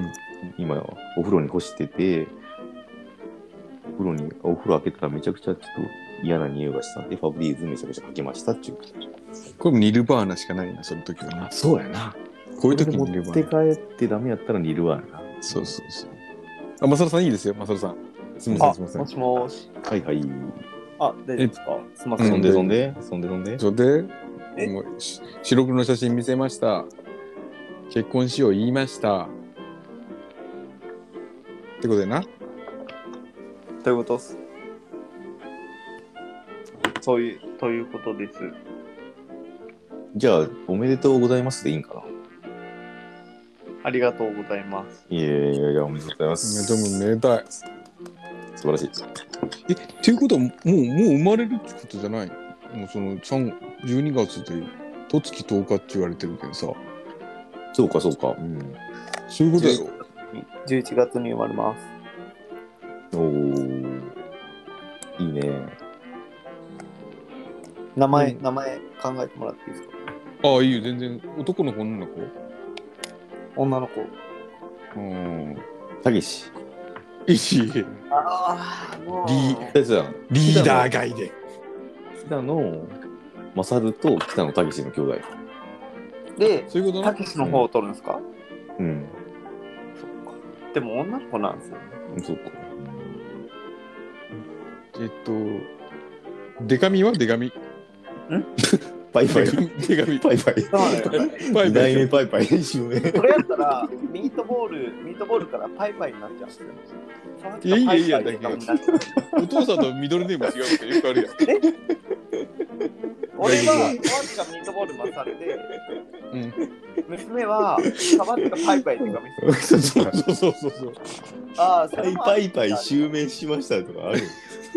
今お風呂に干してて、お風呂にお風呂開けたらめちゃくちゃちょっと嫌な匂いがしたんで、ファブリーズめちゃくちゃかけましたっていう。 これニルバーナしかないな、その時はな。 そうやな。 こういう時にニルバーナ。持って帰ってダメやったらニルバーナ。 そうそうそう。あ、マサルさんいいですよ、マサルさん。すみません、すみません。 もしもし。 はいはい。 あ、大丈夫ですか？すみません。 そんでそんでそんでそんでそんでもう白黒の写真見せました。結婚しよう言いました。ってことでな。 ということっす。そういう、ということです。 じゃあ、おめでとうございますでいいんかな。 ありがとうございます。 いやいやいや、おめでとうございます。 でもめでたい。 素晴らしい。 え、っていうことは、もう、もう生まれるってことじゃない？もうその、じゅうにがつで、十月とおかって言われてるけどさ。 そうか、そうか。うん。 そういうことやろ。 じゅういちがつに生まれます。 おー。いいね。 名前、うん、名前考えてもらっていいですか？ ああ、いいよ、全然。男の子、女の子？ 女の子。 うん。 たけし。 いい。 ああ、もう。 リー、リーダー外で。 北野勝と北野たけしの兄弟。 で、 そういうことたけしの方を取るんですか？ うん。うん、 そっか。でも女の子なんですよね。 そうか。 えっと、デカミはデカミ。 んパイパイ。 デカミ。 パイパイ。パイパイ。パイパイ。 それやったら、ミートボール、ミートボールからパイパイになっちゃうんですよ。 いやいやいや、だけど、お父さんとミドルネーム違うってよくあるやん。 俺は、マジがミートボールマサルで、うん、娘は、サバティがパイパイってか見せてそうそうそうそう。 ああ、 それパイパイ襲名しましたとかある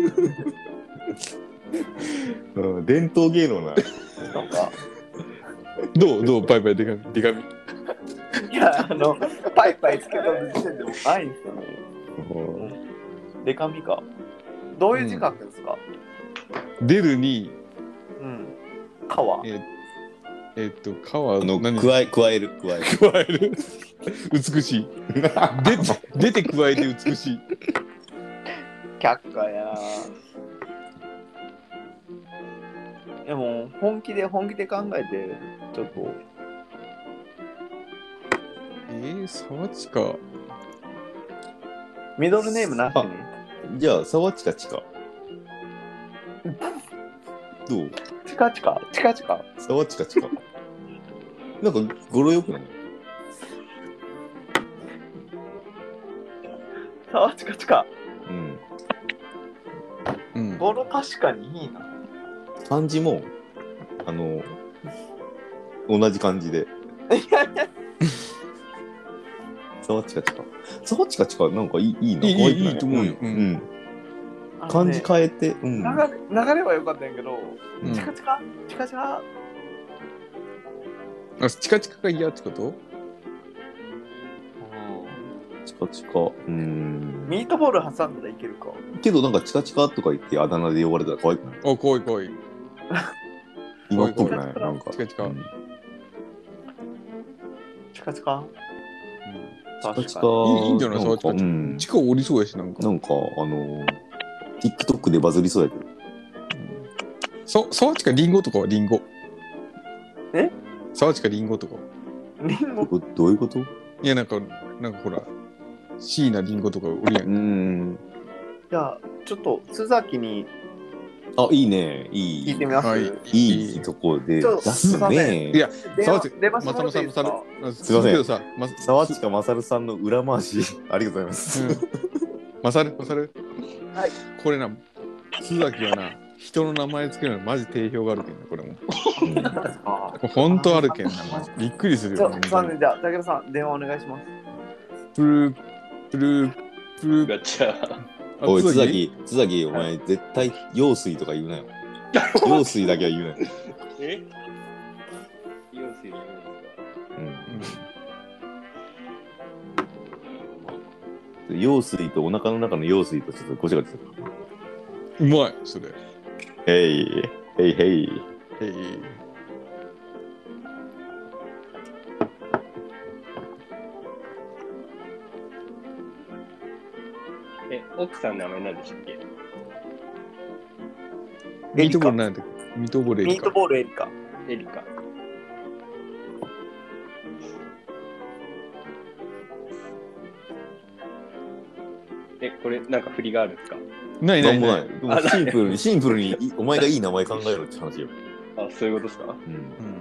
うん、伝統芸能な。 なんかどうどうパイパイデカミデカミ。 いや、あの、パイパイつけた時点でもないんですよね。デカミか。どういう字書くんですか？ うん、出るに、 うん。川。 えー、えー、っと、川の何加え、加える、加える。 加える。美しい。出て、出て加えて美しい。 却下や。でも、本気で、本気で考えて、ちょっと。 えー、沢地か。 ミドルネームなしに。 じゃあ、沢地か地か。どう？ チカチカチカチカ沢地か地か。なんか語呂よくない？ 沢チカチカ。 うん。 うん。語呂確かにいいな。 漢字もあの同じ漢字で。沢地か地か。沢地か地かなんかいいいいな。 いいいいいいと思うよ。 うん。うん漢字変えて、うん、 流れ流れは良かったんやけど、うん、チカチカチカチカあ、チカチカが嫌ってこと？ チカチカ、うーん。 ミートボール挟んだらいけるか。 けどなんかチカチカとか言ってあだ名で呼ばれたら可愛くない？ あ、可愛い可愛い。 今っぽくない？なんか。 チカチカ。うん、 チカチカ。 チカチカ。 いいんじゃない？チカチカ。地下降りそうやしなんか。 なんかあのー。TikTok でバズりそうやけど。 そ、沢地かリンゴとかはリンゴ。 え？ 沢地かリンゴとか。 リンゴ？ どういうこと？ いや、なんか、なんかほら、椎名林檎とかおるやん。 うん。 じゃあ、ちょっと、須崎に。 あ、いいね。いい。 聞いてみます。はい、 いいところで出すね。 いや、沢地、 まさるさん。 すいません。沢地かまさるさんの裏回し、ありがとうございます。うん、 まさる、まさる。 はい、 これな、須崎はな、人の名前つけるのマジ定評があるけんね、これも。ほんとあるけんな、びっくりするよ。 じゃあ、武田さん、電話お願いします。 プルー、プルー、プルー。 ガチャ。 おい、須崎、須崎、お前、絶対、用水とか言うなよ。用水だけは言うなよ。 え？用水言うんですか？ うん。用水とお腹の中の用水とちょっとごちゃごちゃする。 うまい、それ。 へい、へいへい。 へい。 え、奥さんの名前何でしたっけ？ ミートボールなんだっけ？ミートボールエリカ。 ミートボールエリカ。 エリカ。え、これなんか振りがあるんですか？ ないないない。 なんもない。シンプルに、シンプルにいお前がいい名前考えろって話よ。 あ、そういうことですか？ うん。 うん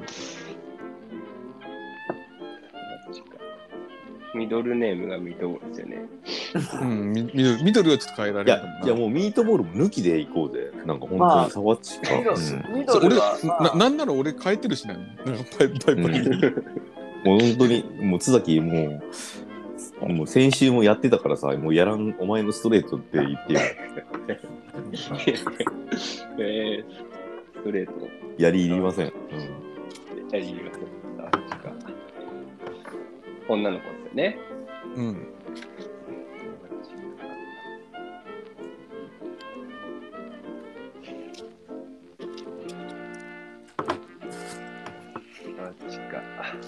ミドルネームがミートボールですよね。 うん、ミミドルミドルはちょっと変えらいやれるかもな。 いやもうミートボールも抜きでいこうぜ。なんか本当にサワチか。 ミドルうんミドルは俺ななんなら俺変えてるしな。なんかパイパイパイ。 もう本当にもう津崎もうもう先週もやってたからさ、もうやらんお前のストレートって言ってよ。 えー、ストレート。 やりいりません。うん、 やります。あ、違う。女の子ですよね。 うん。 あ、違う。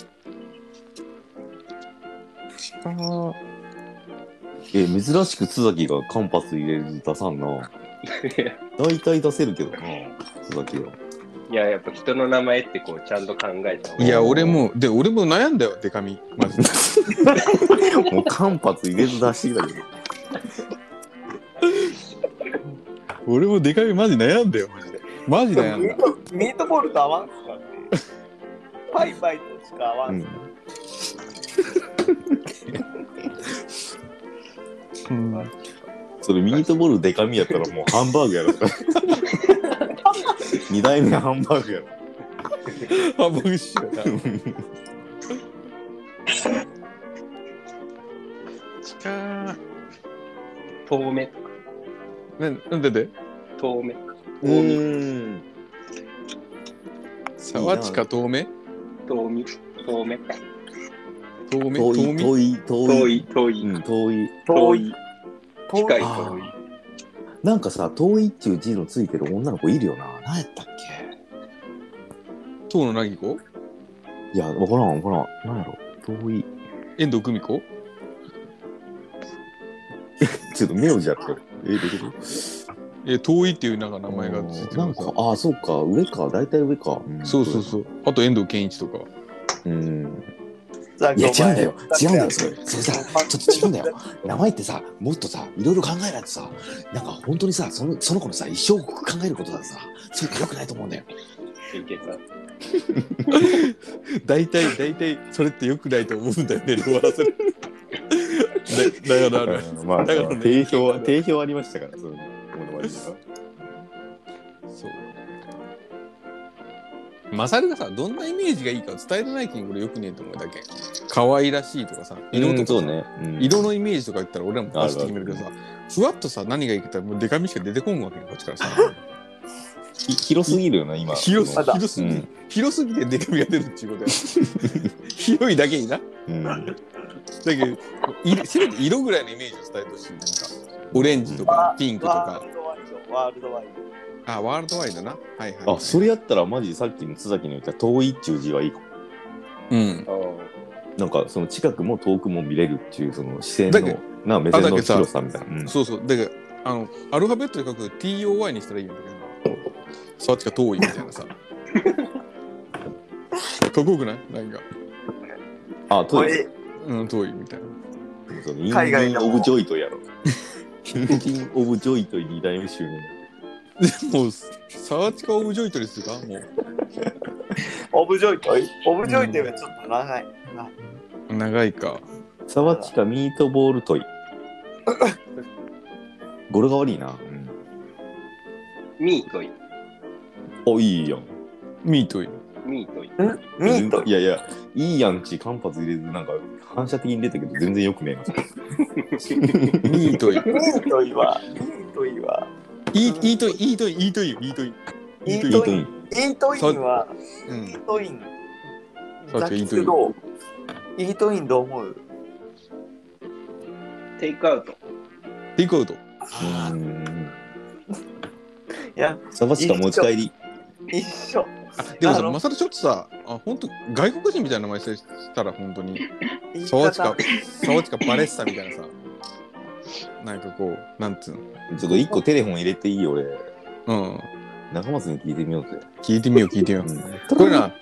あえ珍しく津崎が間髪入れず出さんな。大体出せるけどな、津崎は。 いや、やっぱ人の名前ってこうちゃんと考えた方がいや俺もで俺も悩んだよデカミマジで。 もう間髪入れず出してきたけど。 俺もデカミマジ悩んだよマジで。マジ悩んだ。 ミートミートボールと合わんすかね。パイパイとしか合わんすか、 うん。 それミートボールデカミやったらもうハンバーグやろ。二代目ハンバーグやろ。 ハンバーグっしょな。近遠目とか。 ななんでで遠目。 うーん。 沢地か遠目遠目。遠目か。 遠目遠い遠目遠い遠い遠い。遠い。 うん遠い。 遠い。近いあ遠い。 なんかさ遠いっていう字のついてる女の子いるよな。何やったっけ。 遠野なぎ子いやわからんわからん。何やろ遠い。 遠藤久美子ちょっと名字やったよ。えどういうこと。 え遠いっていうなんか名前がついてるなんかああそうか上か大体上か。うん、 そうそうそう。あと遠藤健一とか。 うん。 さいや違うんだよ違うんだよそそれそれさちょっと違うんだよ。名前ってさもっとさいろいろ考えないとさなんか本当にさそのその子のさ一生考えることだとさそれ良くないと思うんだよ。 いけさ。 大体大体それって良くないと思うんだよね。終わらせる。だだからまあだからね定評は定評ありましたからそういうものまでそう。マサルがさどんなイメージがいいかを伝えてないけんこれよくねえと思うだけ。可愛らしいとかさ色とかそうね、うん、 色のイメージとか言ったら俺らもパッと決めるけどさふわっとさ何がいいかってもうデカミしか出てこんわけよこっちからさ。 広すぎるよな今。 広すその広すぎ、 うん、 広すぎてデカミが出るっていうことや。広いだけにな。 うんだけどいせめて色ぐらいのイメージを伝えてほしい。なんかオレンジとかピンクとか。 ワールドワイド。 あ、ワールドワイドな。はいはい、はい。 あそれやったらマジさっきの津崎の言った遠いっていう字はいいかも。 うん。 なんかその近くも遠くも見れるっていうその視線のな目線の広さみたいな。うん、 そうそう。だからあのアルファベットで書く ティーオーワイ にしたらいいんだけど。そっちが遠いみたいなさ。かっこよくない？なんか。 あ遠い。 うん遠いみたいな。 そのインディン・オブ・ジョイトやろ。インディン・オブ・ジョイトに代目就任。 もうサーチかオブジョイトですかもう。 オブジョイトオブジョイトはちょっと長い。 うん、長いか。 サワチかミートボールトイ。語呂が悪いな。うん、 ミートイ。 おいいやん。 ミートイ。 ミートイ。 ミートイ。 いやいや、いいやんち間髪入れずなんか反射的に出たけど全然よくねえな。 ミートイ。 ミートイは、ミートイは、 イートイン、イートイン、イートイン、イートイン。 イートイン。イートインは、 うん、 イートイン。 さっきイートイン。 どうイートインどう思う？ テイクアウト。 テイクアウト。 うーん。 いや、 サバチか持ち帰り。 一緒。 でもさ、まさるちょっとさ、あ、本当外国人みたいな名前したら本当に。サワチか、サワチかバレッサみたいなさ。 なんかこう、なんつうの。 ちょっと一個テレフォン入れていい俺。 うん。 中松に聞いてみようぜ。 聞いてみよう、聞いてみよう。うん、これな、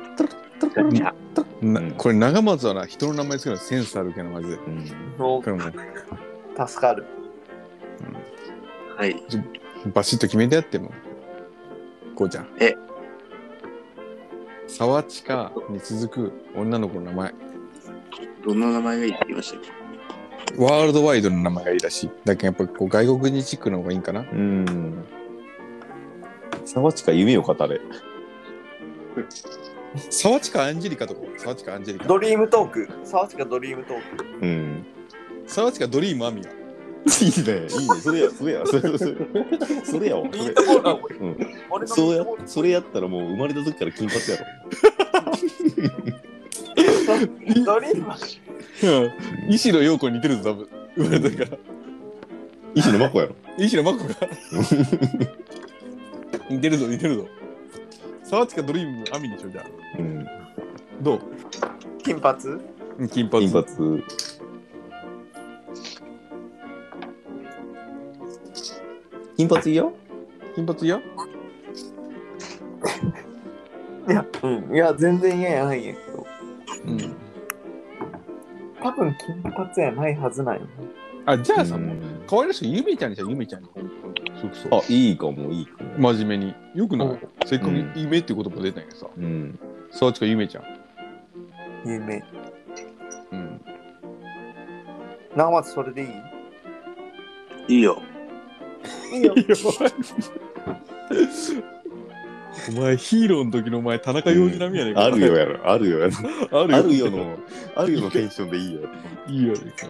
なこれ長松はな、人の名前つけるのセンスあるけど、マジで。うん。これも助かる。 うん、はい。 バシッと決めてやっても。こうちゃん。 え沢地かに続く女の子の名前。 どんな名前がいいって言いましたっけ？ ワールドワイドの名前がいいらしい。だけどやっぱこう外国人チックの方がいいんかな。うん。 沢地か夢を語れ。 沢地かアンジェリカとか。沢地かアンジェリカ。 ドリームトーク。沢地かドリームトーク。 うん。 沢地かドリームアミヤ。 いいね、いいね、それや、それや、それや、それやわ。いいところだ、うん。俺のそうや、それやったらもう生まれた時から金髪やろ。 ドリーム石野陽子に似てるぞ、多分。生まれたから。 石野真子やろ。 石野真子が。似てるぞ、似てるぞ。沢地かドリームアミにしようじゃん。うん。どう？ 金髪？ 金髪。 金髪。金髪いや？ 金髪いや？ いや、うん、いや、全然嫌やないんやけど。うん。多分金髪やないはずないよね。 あ、じゃあさ、もう、可愛らしいゆめちゃんにしよう、ゆめちゃんに。 そうそう。あ、いいかも、いいかも。 真面目に。よくない？せっかく夢って言葉出たんやけどさ。うん。沢地かゆめちゃん。 夢。うん。長松それでいい？ いいよ。 いいよ。 お前ヒーローの時のお前田中洋次並みやねんか、 うん、あるよやろ、あるよやろ。 あるよ、 あるよの、あるよのテンションでいいよ。 いいよね。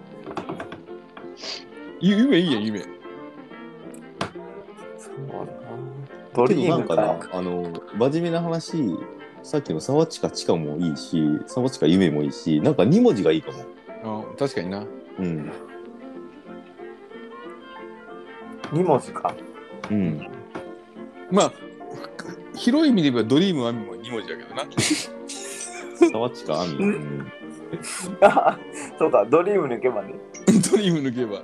夢いいやん、夢。 そうだな。 ドリームなんかな、あの、真面目な話、さっきの沢地か地下もいいし、沢地か夢もいいし、なんかに文字がいいかも。 あ、確かにな。うん。 に文字か。 うん。まあ、広い意味で言えばドリームアミもに文字だけどな。 沢地かアミ。うん、 あ、そうだ、ドリーム抜けばね。 ドリーム抜けば。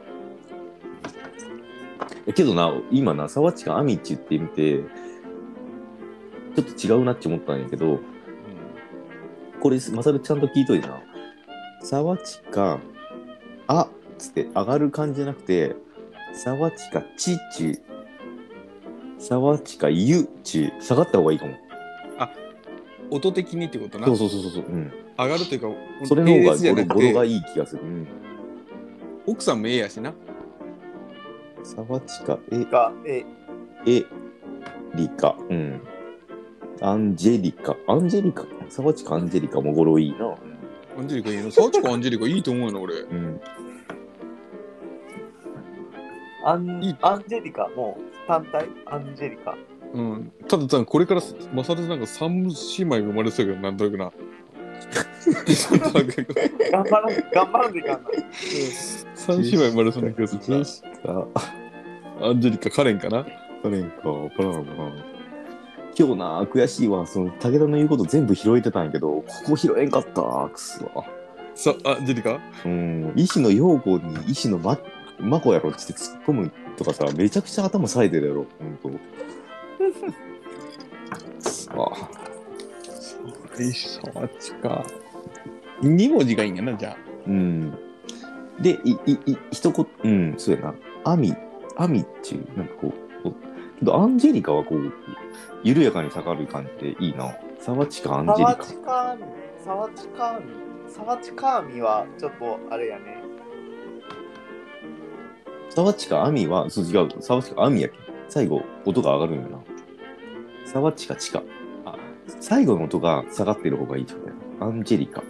けどな、今な、沢地かアミって言ってみて、ちょっと違うなって思ったんやけど、うん、これ、まさるちゃんと聞いといてな。沢地か、あっつって上がる感じじゃなくて、沢地かちち、沢地かゆち、下がった方がいいかも。 あ、音的にってことな。 そうそうそうそう。うん、 上がるというか、 それの方が語呂がいい気がする。うん、 奥さんもええやしな。 沢地かえ、 かえ、 え、リカ、うん。アンジェリカ、アンジェリカ、沢地かアンジェリカも語呂いいな。 アンジェリカいいの？沢地かアンジェリカいいと思うよな、俺。うん。 アン, アンジェリカもう単体アンジェリカ。 うん。たださ、これからまさるなんか三姉妹が生まれそうやけど、なんとなくな。 頑張らん、頑張らんでいかんな。 三姉妹生まれそうな気がする。アンジェリカ、カレンかな？ カレンか、わからんかな。今日な、悔しいわ。その武田の言うこと全部拾えてたんやけど、ここ拾えんかった。くそ。 さ、アンジェリカ？ うん。医師の陽子に医師のママコやろって突っ込むとかさ、めちゃくちゃ頭冴えてるやろ、ほんと。 ああ。え、沢地か。に文字がいいんやな、じゃあ。 うん。で、い、い、い、一言、うん、そうやな。アミ、アミっちゅう、なんかこう、けどアンジェリカはこう、緩やかに下がる感じでいいな。沢地かアンジェリカ。 沢地かアミ、沢地かアミ、沢地かアミはちょっとあれやね。 沢地かアミは、そう違う、沢地かアミやけん。最後、音が上がるんよな。沢地か地下。あ、最後の音が下がってる方がいいってことやな。アンジェリカ。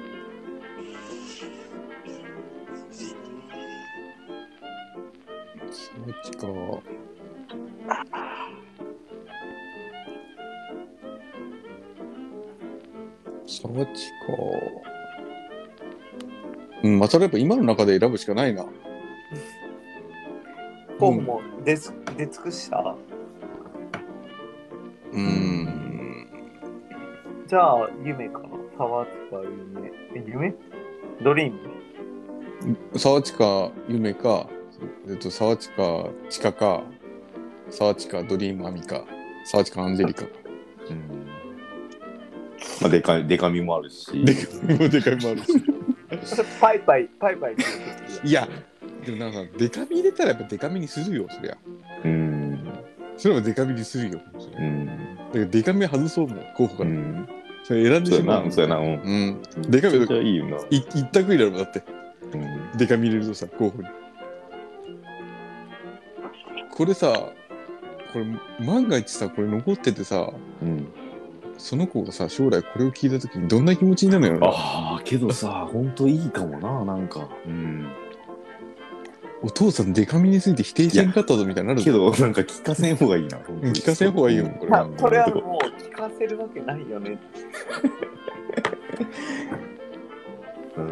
沢地か。沢地か。うん、またやっぱ今の中で選ぶしかないな。 候補も出つ、出尽くした。 うーん。 じゃあ、夢かな。沢地か夢。え、夢？ドリーム？ 沢地か夢か、えっと、沢地か地下か、沢地かドリームアミか、沢地かアンジェリカか。 うん。まあ、でかい、でかみもあるし。 でかみもでかみもあるし。 パイパイ、パイパイ。 いや、でもなんか、でかみ入れたらやっぱでかみにするよ、そりゃ。 うん。 それはでかみにするよ。それうん。 だからでかみ外そうもん、候補から。うん、それ選んでしまう。 そうやな、うん。 うん。でかみいいよな。 い一択になるもんだって。うん。でかみ入れるとさ、候補に。これさ、これ万が一さ、これ残っててさ、うん、その子がさ、将来これを聞いたときにどんな気持ちになるのよ。 ああ、けどさ、ほんといいかもな、なんか。うん。 お父さんデカミについて否定せんかったぞみたいになるけど、なんか聞かせん方がいいな。 聞かせん方がいいよ、これ。 これはもう聞かせるわけないよね。 うん。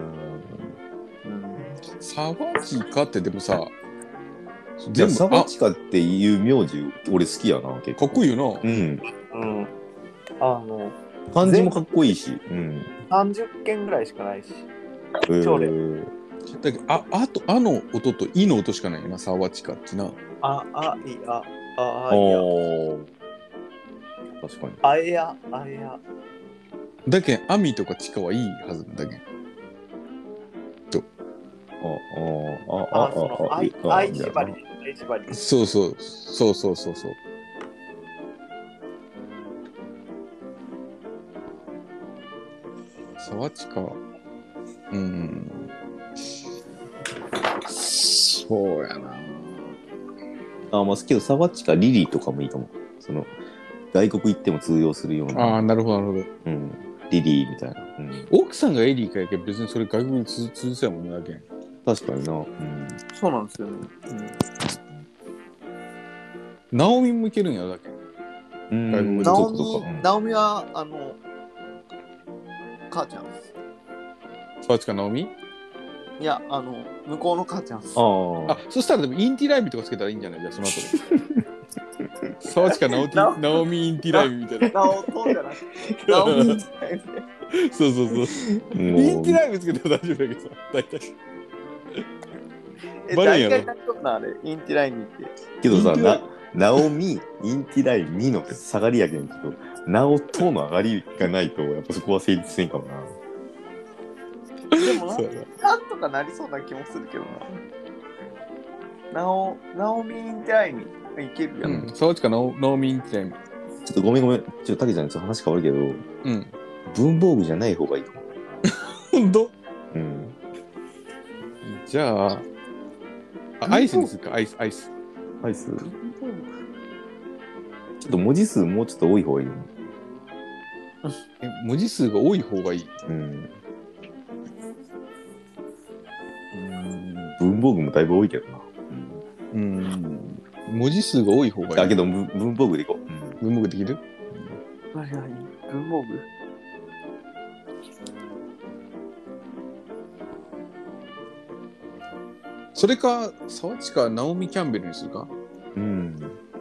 サワチカってでもさ、 じゃあサワチカっていう名字、俺好きやな、 結構。かっこいいよな。 うん。 うん。あの、 漢字もかっこいいし。うん。 さんじゅっけんぐらいしかないし。 超レア。 だけど、あ、あと、あの音といの音しかないな、サワチカってな。 あ、あ、い、あ、あ、あ、いや。 確かに。 あえや、あえや。 だけど、アミとかチカはいいはずだけど。と。 あ、あ、あ、 あ、その、あい、あい縛り、あい縛り。 そうそう、そうそうそうそう。サワチカ。うん。そうやな。 あ、まあ、けど、サワチカ、リリーとかもいいかも。その、外国行っても通用するような。 ああ、なるほど、なるほど。 うん。リリーみたいな。うん、 奥さんがエリーかやけど、別にそれ外国に通じたもんだけん。 確かにな。うん。 そうなんですよね。 うん。ナオミもいけるんやだけん。 うん。外国でナオミ、ナオミは、あの、母ちゃんです。 サワチカナオミ？ いや、あの、向こうの母ちゃんです。 ああ、そしたらでもインティライミとかつけたらいいんじゃない？じゃあその後で。サワチカナオティ、ナオミインティライミみたいな。 ナオトじゃなくて、ナオミインティライミ。 そうそうそう。インティライミつけたら大丈夫だけどさ、大体。 え、大体大丈夫なあれ、インティライミって。 けどさ、な、ナオミ、インティライミの下がりやけんけど、ナオトの上がりがないと、やっぱそこは成立せんかもな。 でもな、なんとかなりそうな気もするけどな。ナオ、ナオミインティライミいけるやん。 うん、サワチカナオ、ナオミインティライミ。 ちょっとごめんごめん。ちょっとタケちゃん、ちょっと話変わるけど、うん。文房具じゃない方がいいかも。 ほんと？ うん。 じゃあ、あアイスにするか、アイス、アイス。 アイス？ちょっと文字数もうちょっと多い方がいいよね。 え、文字数が多い方がいい。うん。 文房具もだいぶ多いけどな。 うん。うん文字数が多い方がいい。 だけど文房具でいこう。 うん、文房具できる？ 何何？文房具？ それか、サワチカナオミキャンベルにするか？うん。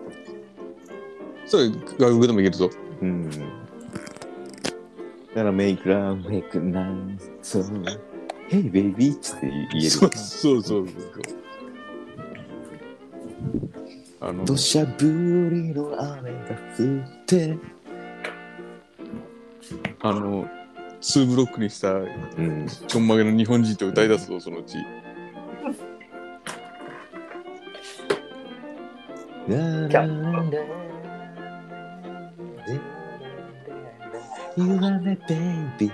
それ、外国でもいけるぞ。うん。だからメイクラーメイクラーそう。ヘイベイビーって言える。 そうそうそうそう。あの土砂降りの雨が降ってあのツーブロックにした、うん、ちょんまげの日本人と歌い出すぞ、そのうち。You are my baby,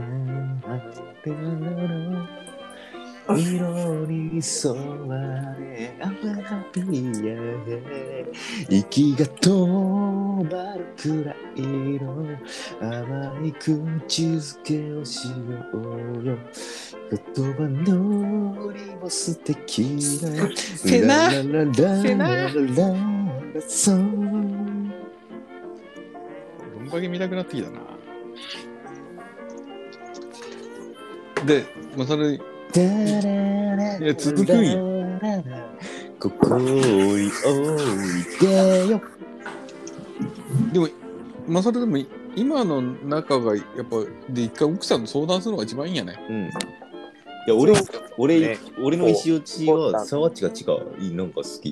色に染まれ甘いや息が止まるくらいの甘い口づけをしようよ言葉のりも素敵なせなせなそうロンバゲ見たくなってきたな。で、まあ、それいや続くんや。ここにおいでよ。でも、まあそれでも今の仲がやっぱで一回奥さんと相談するのが一番いいんやね。うん。いや、俺、俺、ね、俺の石落ちは、沢地が違う。なんか好き。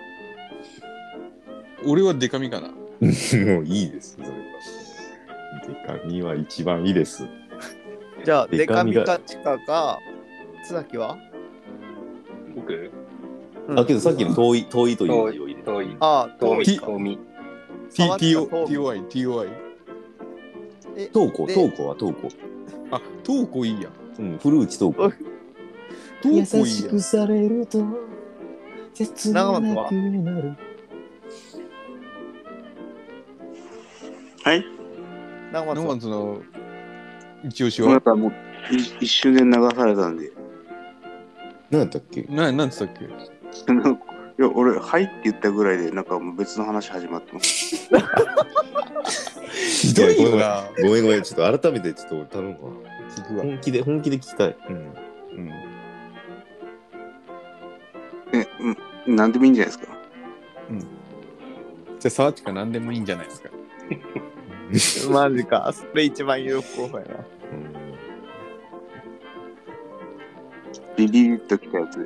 俺はデカミかな。もういいです、それは。デカミは一番いいです。 じゃあ、デカミかチカか、津崎は僕、 うん、あ、けどさっきの遠い、遠いという字を入れた。 遠い。 ああ、 遠い。遠い。 ティーオーアイ、ティーオーアイ。 え、トウコ、トウコはトウコ。 あ、トウコいいや。 うん、古内トウコ。トウコいいや。 優しくされると、切なくなる。 はい。 長松の一押しは。 またもう一瞬で流されたんで。 何やったっけ？ な、なんつったっけ？ いや、俺、はいって言ったぐらいで、なんかもう別の話始まってます。 ひどいよな。 ごめんごめん、ちょっと改めてちょっと頼むわ。聞くわ。本気で、本気で聞きたい。うん。うん。 え、うん、なんでもいいんじゃないですか。 うん。じゃあ、サーチかなんでもいいんじゃないですか。 マジか。それ一番有効やな。 ビビビッときたやつ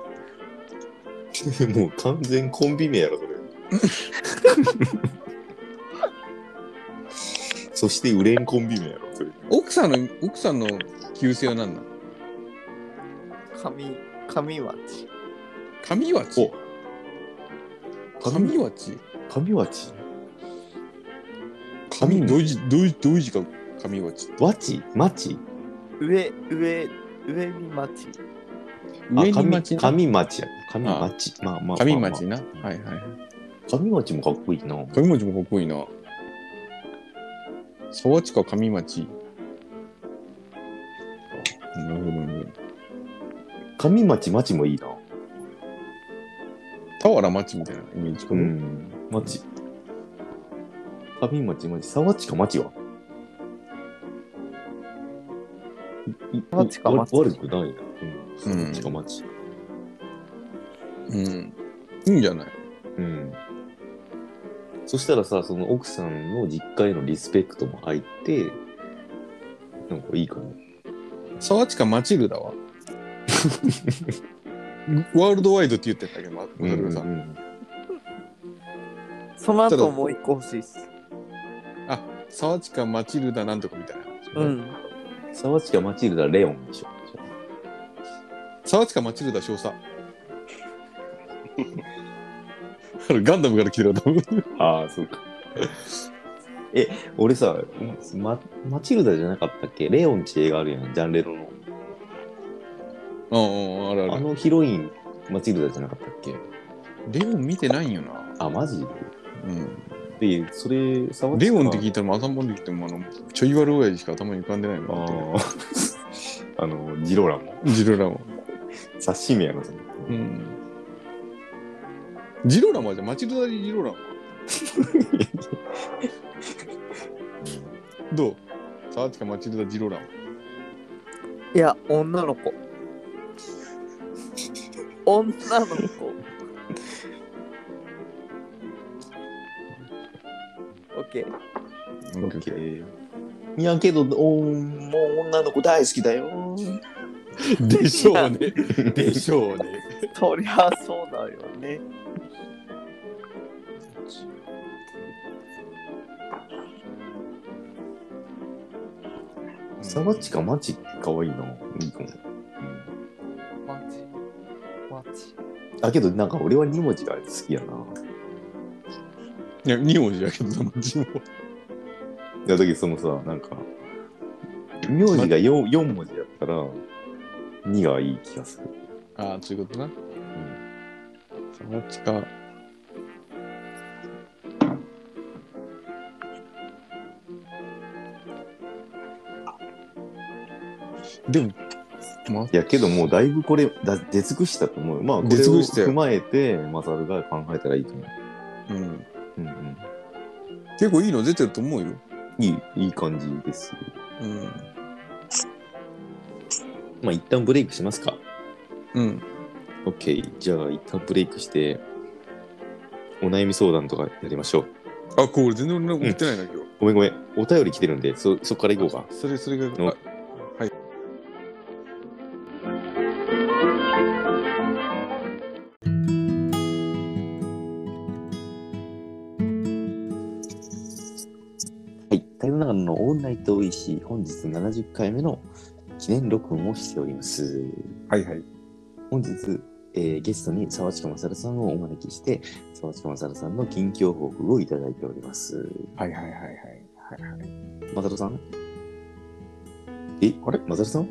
で。もう完全コンビ名やろ、それ。そして売れんコンビ名やろ、それ。 奥さんの、奥さんの旧姓は何なの？ 神、神町。 神町？神町？ 神町？ 神、どういう字、どういう、どういう字か、神町。 わち？町？ 上、上、上に町。 上に町な。 神町や。神町。まあまあ。 神町な。はいはい。 神町もかっこいいな。 神町もかっこいいな。沢地か神町。なるほどね。 神町町もいいな。 俵町みたいなイメージかな。うん。 町。神町町。沢地か町は沢地か町。 悪くないな。うん。沢地か町。 うん。いいんじゃない？ うん。そしたらさ、その奥さんの実家へのリスペクトも入って、なんかいいかも。 沢地かマチルダはワールドワイドって言ってたけど、マチルダさん。 その後もう一個欲しいっす。 あ、沢地かマチルダなんとかみたいな。 うん。 沢地かマチルダレオンでしょ。 沢地かマチルダ少佐。ガンダムから来てるわ、多分。 ああ、そうか。え、俺さ、ま、マチルダじゃなかったっけ？レオンって映画あるやん、ジャンレロの。 うんうん、あるある。 あのヒロイン、マチルダじゃなかったっけ？ レオン見てないんよな。 あ、マジ？ うん。 で、それ、 触ってレオンって聞いたら頭にきても、あの、ちょい悪親父しか頭に浮かんでないもん。 ああ。あの、ジローラモ。 ジローラモ。 雑誌名やな、それ。 うん。ジローラモはじゃあマチルダ・ジローラモどう？沢地かマチルダ・ジローラモ。 いや、女の子。女の子。オッケー。 オッケー。いやけど、おもう女の子大好きだよ。 でしょうね。でしょうね。 そりゃそうだよね。 沢地か町ってかわいいな。いいかも。 町。町。 だけどなんか俺はに文字が好きやな。 いや、に文字やけど、町も。いや、だけどそのさ、なんか、名字が 4, よん文字やったら、にがいい気がする。 ああ、そういうことな。うん。沢地か。でも、ま、 いやけどもうだいぶこれだ出尽くしたと思う。まあこれを踏まえてマサルが考えたらいいと思う。うん。うんうん。 結構いいの出てると思うよ。 いいいい感じです。 うん。 まあ一旦ブレイクしますか。 うん。 オッケー。じゃあ一旦ブレイクしてお悩み相談とかやりましょう。 あ、これ全然俺送ってないな、うん、今日。 ごめんごめん。お便り来てるんでそそこからいこうか。 それそれが。はい。 武田長野のオールナイトおいしい、本日ななじゅっかいめの記念録音をしております。 はいはい。 本日、えー、ゲストに沢近勝さんをお招きして、沢近勝さんの近況報告をいただいております。 はいはいはいはい。はいはい。 勝さんえあれ勝さん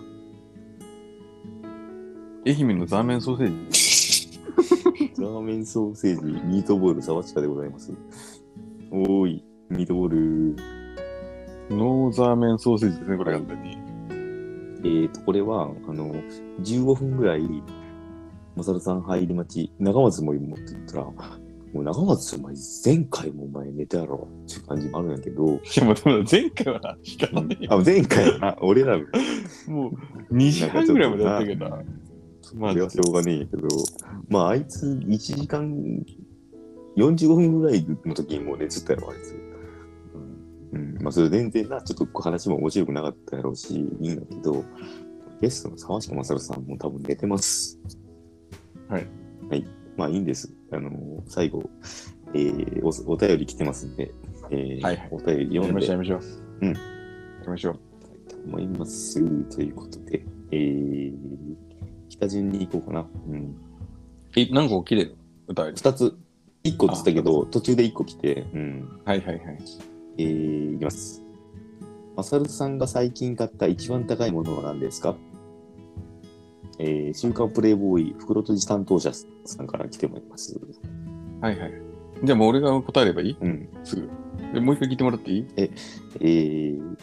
愛媛のザーメンソーセージザーメンソーセージ、ミートボール沢近でございます。おーい、ミートボール。 ノーザーメンソーセージですね、これ簡単に。 えーと、これは、あの、じゅうごふんぐらい、まさるさん入り待ち、長松も持ってったら、もう長松お前、前回もお前寝たやろっていう感じもあるんやけど。いや、もう前回はな、しかもね。 あ、前回はな、俺ら、 もうにじはんぐらいまでやったけど。 まあ、それはしょうがねえけど、まあ、あいついちじかんよんじゅうごふんぐらいの時にもう寝つったやろ、あいつ。うん、まあ、それ全然な、ちょっと話も面白くなかったやろうし、いいんだけど、ゲストの沢近勝さんも多分寝てます。 はい。 はい。まあいいんです。あのー、最後、えーお、お便り来てますんで、えーはいはい、 お便り読んで。 やめましょう、やめましょう。うん。やめましょう。 と思います。ということで、えー、北順に行こうかな。うん。 え、何個切れる歌える二つ。一個つったけど、途中で一個来て、うん。 はいはいはい。 えー、いきます。マサルさんが最近買った一番高いものは何ですか？えー、週刊プレイボーイ袋とじ担当者さんから来てもらいます。 はいはい。じゃあもう俺が答えればいい？ うん。 すぐ。でもう一回聞いてもらっていい？ え、えー、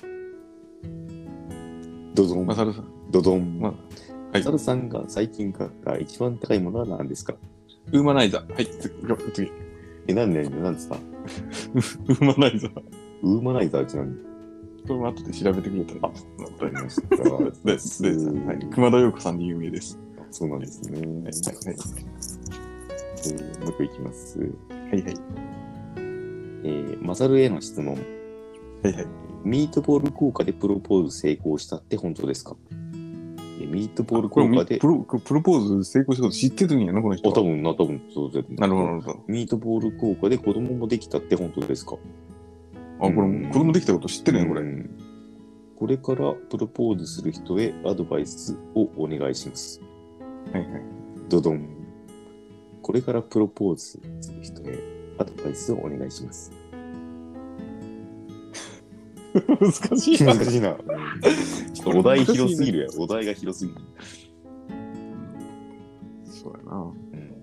どどん。 マサルさん。 どどん。 まあ、はい。 マサルさんが最近買った一番高いものは何ですか？ ウーマナイザー。はい、次。 え、なんで、なんですか？ ウーマナイザー。 ウーマナイザーって何？ これも後で調べてくれたら。 わかりました。 です。です。はい。熊田曜子さんで有名です。 そうなんですね。はい。はい。はい。えー、もう一個いきます。 はいはい。 えー、マサルへの質問。 はいはい。 ミートボール効果でプロポーズ成功したって本当ですか？えミートボール効果でプロ、プロポーズ成功したこと知ってるんやな、この人。 あ、多分な、多分そうです。 なるほど、なるほど。 ミートボール効果で子供もできたって本当ですか？ あ、これ、子供できたこと知ってるね、これ。 これからプロポーズする人へアドバイスをお願いします。 はいはい。 ドドン。これからプロポーズする人へアドバイスをお願いします。 難しいな。 難しいな。お題広すぎるや。お題が広すぎる。 そうやな。うん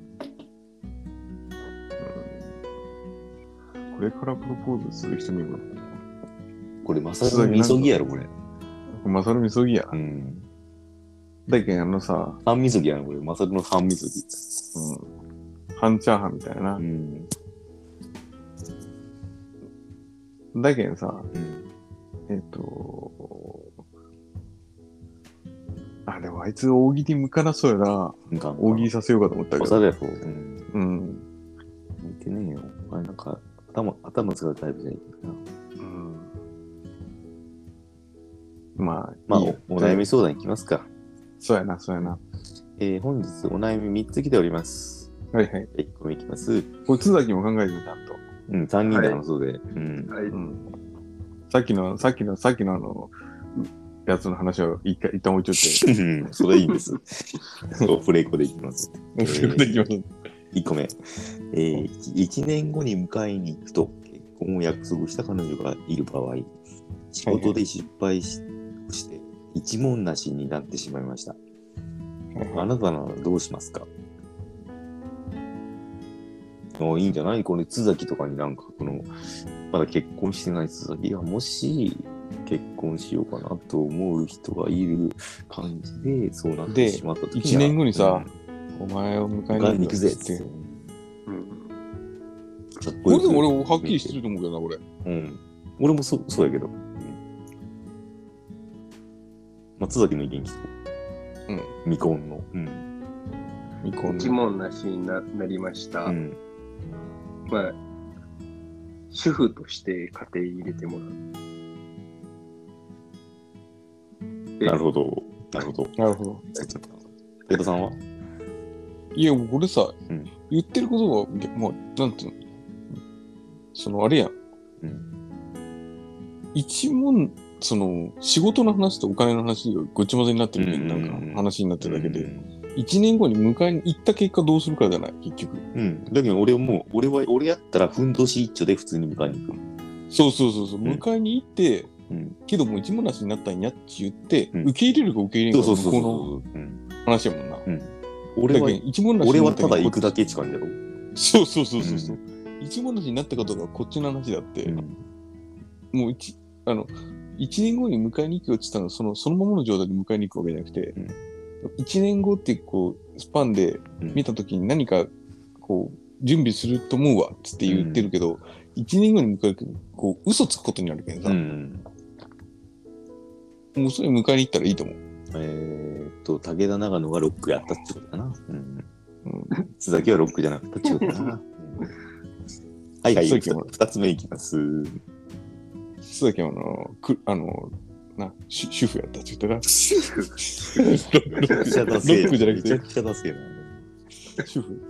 うん、これからプロポーズする人にも。 これ、マサルみそぎやろ、これ。 マサルみそぎや。 うん。 だけど、あのさ。 半みそぎやな、これ。マサルの半みそぎ。 うん。半チャーハンみたいな。うん。だけどさ、うん、えっと、あ、でもあいつ大喜利向かなそうやな。大喜利させようかと思ったけど。 マサルやろ。うん。 うん。 見てねえよ。お前なんか、頭、頭使うタイプじゃいいな。うん。 まあ、 まあ、いいお、お悩み相談いきますか。 そうやな、そうやな。 えー、本日お悩みみっつ来ております。 はいはい。 いっこめいきます。 これ、津崎も考えてみたんと。 うん、さんにんで話そうで。はい、うん。 はい。うん。さっきの、さっきの、さっきのあの、やつの話を一回、一旦置いといて。 それいいんです。そう、フレコでいきます。 フレコでいきます。 いっこめ。えー、いちねんごに迎えに行くと結婚を約束した彼女がいる場合、仕事で失敗し、はいはい、して一文なしになってしまいました。はいはい、あなたならどうしますか？おいいんじゃない？これ、津崎とかになんか、この、まだ結婚してない津崎がもし結婚しようかなと思う人がいる感じで、そうなってしまった時に。 いちねんごにさ、うん、お前を迎えに行くぜって。うん。これでも俺はっきりしてると思うけどな、俺。 うん。俺もそそうやけど。うん、まあ、津崎の意見聞こう。うん。未婚の。うん。 未婚の。一問なしに な, なりました。うん。まあ、主婦として家庭入れてもらう。なるほど。なるほど。 なるほど。 江田さんはいや、これさ、うん、言ってることは、まあ、なんていうの、そのあれやん。うん、 一問、その、仕事の話とお金の話がごっちゃ混ぜになってるけど、なんか話になってるだけで、いちねんごに迎えに行った結果どうするかじゃない、結局。 うん。だけど俺はもう、俺は、俺やったらふんどし一丁で普通に迎えに行く。 そうそうそうそう、うん、迎えに行って、 うん、 けどもう一文なしになったんやって言って、うん、受け入れるか受け入れるか向こうの話やもんな。うん、 俺は一文なし俺はただ行くだけって感じだろ。 そうそうそうそうそう、うん。一文なしになったかどうかはこっちの話だって、うん、もう一あの一年後に迎えに行くよって言ったのはそのそのままの状態で迎えに行くわけじゃなくて、うん、一年後ってこうスパンで見たときに何かこう準備すると思うわっつって言ってるけど、一、うん、年後に迎えるこう嘘つくことになるけどさ、うん、もうそれ迎えに行ったらいいと思う。 えーっと武田長野がロックやったってことだな。うんうん、津崎はロックじゃなかったってことだな。うん、はいはい、二つ目いきます。 津崎はあのくあのな主婦やったって言ったら。主婦。ロックじゃなくて。めちゃくちゃ出せえな。主婦。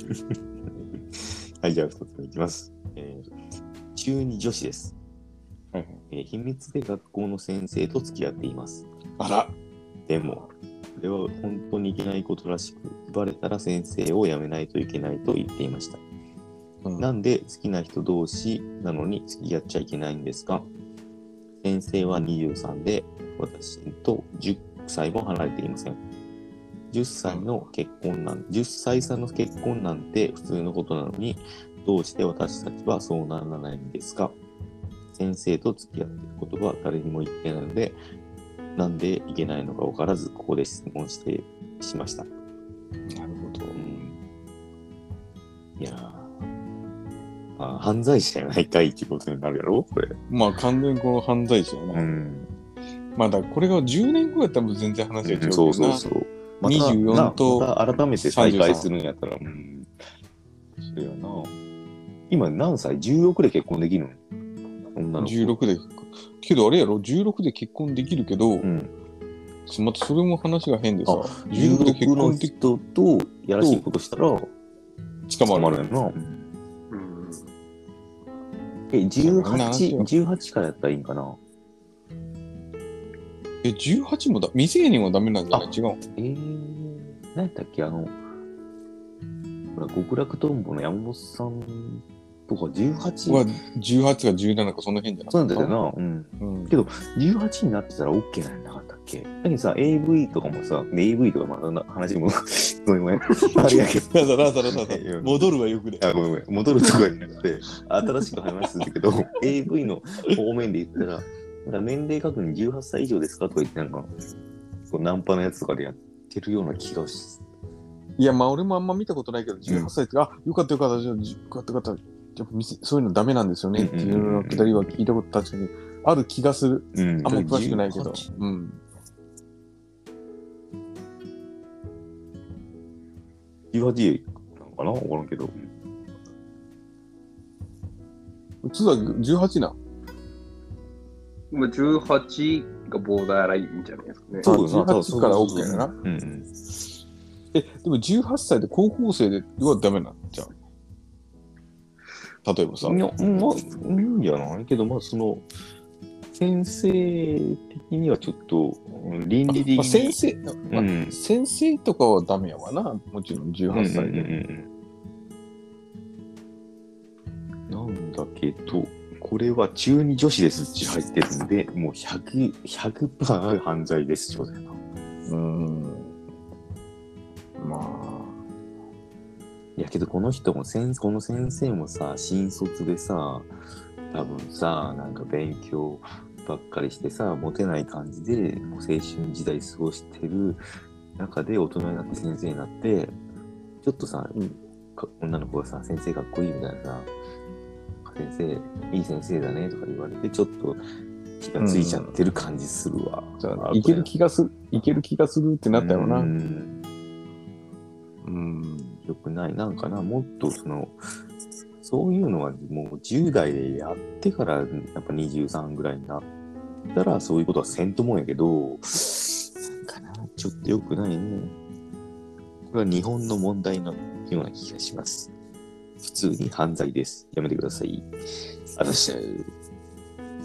はい、じゃあ二つ目いきます。えー、中二女子です。はいはいえー。秘密で学校の先生と付き合っています。 あら。 でも、これは本当にいけないことらしく、バレたら先生を辞めないといけないと言っていました。うん、なんで好きな人同士なのに付き合っちゃいけないんですか？先生はにじゅうさんで、私とじゅっさいも離れていません。じゅっさいの結婚なん、じゅっさい差の結婚なんて普通のことなのに、どうして私たちはそうならないんですか？先生と付き合っていることは誰にも言ってないので、なんでいけないのか分からず、ここで質問してしました。なるほど。うん、 いやー、まあ、犯罪者やないかいってことになるやろこれ。 まあ完全にこの犯罪者やな。うん、まあだこれがじゅうねんごやったら全然話が違うけどな、うん、そうそうそう。ま、にじゅうよんと、 また改めて再会するんやったら、うん。それやな。今何歳 ?じゅうろく で結婚できるの？女の子。 じゅうろくでけどあれやろじゅうろくで結婚できるけど、うん、またそれも話が変でさ、 じゅうろくで結婚できる人とやらしいことしたら捕まるやんな。うん、え、じゅうはち、じゅうはちからやったらいいんかな。 え、じゅうはちもだ、未成年はダメなんじゃない？違う。 えー、何やったっけ、あの、ほら、極楽とんぼの山本さんとかじゅうはちはじゅうはちかじゅうななかその辺じゃない？そうなんだよな。うん。うん、けど、じゅうはちになってたら OK なんなかったっけ？だけどさ、エーブイ とかもさ、エーブイ とかまあ話もごめんごめん。あれやけど。 なんだなんだなんだ戻るはよくね。 あ、ごめんごめん。戻るとかじゃなくて、新しく話すんだけど、エーブイ の方面で言ったら、なんか年齢確認じゅうはっさい以上ですかとか言ってなんか、こうナンパのやつとかでやってるような気がし。 いや、まあ俺もあんま見たことないけど、じゅうはっさいって、うん、あ、よかったよかった、よかったよかった。やっぱそういうのダメなんですよねっていうのくだりは聞いたこと確かにある気がする。うん、あんま詳しくないけど。うん。 じゅうはちなのかな？わからんけど。 つだじゅうはちな。 まあじゅうはちがボーダーラインじゃないですかね。 そうじゅうはちから OK やな。うんうん。え、でもじゅうはっさいで高校生ではダメなんじゃん。例えばさ。 いや、まあ、いいんじゃないけど、まあ、その、先生的にはちょっと、倫理的に。まあ、 先生、まあうん、先生とかはダメやわな。もちろんじゅうはっさいで。うんうんうん、なんだけど、これは中二女子ですって入ってるんで、もうひゃく、ひゃくパーセント 犯罪ですよね。 うーん。まあ。 いやけどこの人も先この先生もさ新卒でさ多分さなんか勉強ばっかりしてさモテない感じでもう青春時代過ごしてる中で大人になって先生になってちょっとさ、うん、女の子がさ先生かっこいいみたいなさ先生いい先生だねとか言われてちょっと気がついちゃってる感じするわ、 うん、じゃあいける気がするいける気がするってなったよな。うんうんよくないなんかなもっとそのそういうのはもうじゅう代でやってからやっぱにじゅうさんぐらいになったらそういうことはせんと思うんやけどなんかなちょっとよくないね。これは日本の問題のような気がします。普通に犯罪です。やめてください。あたしゃ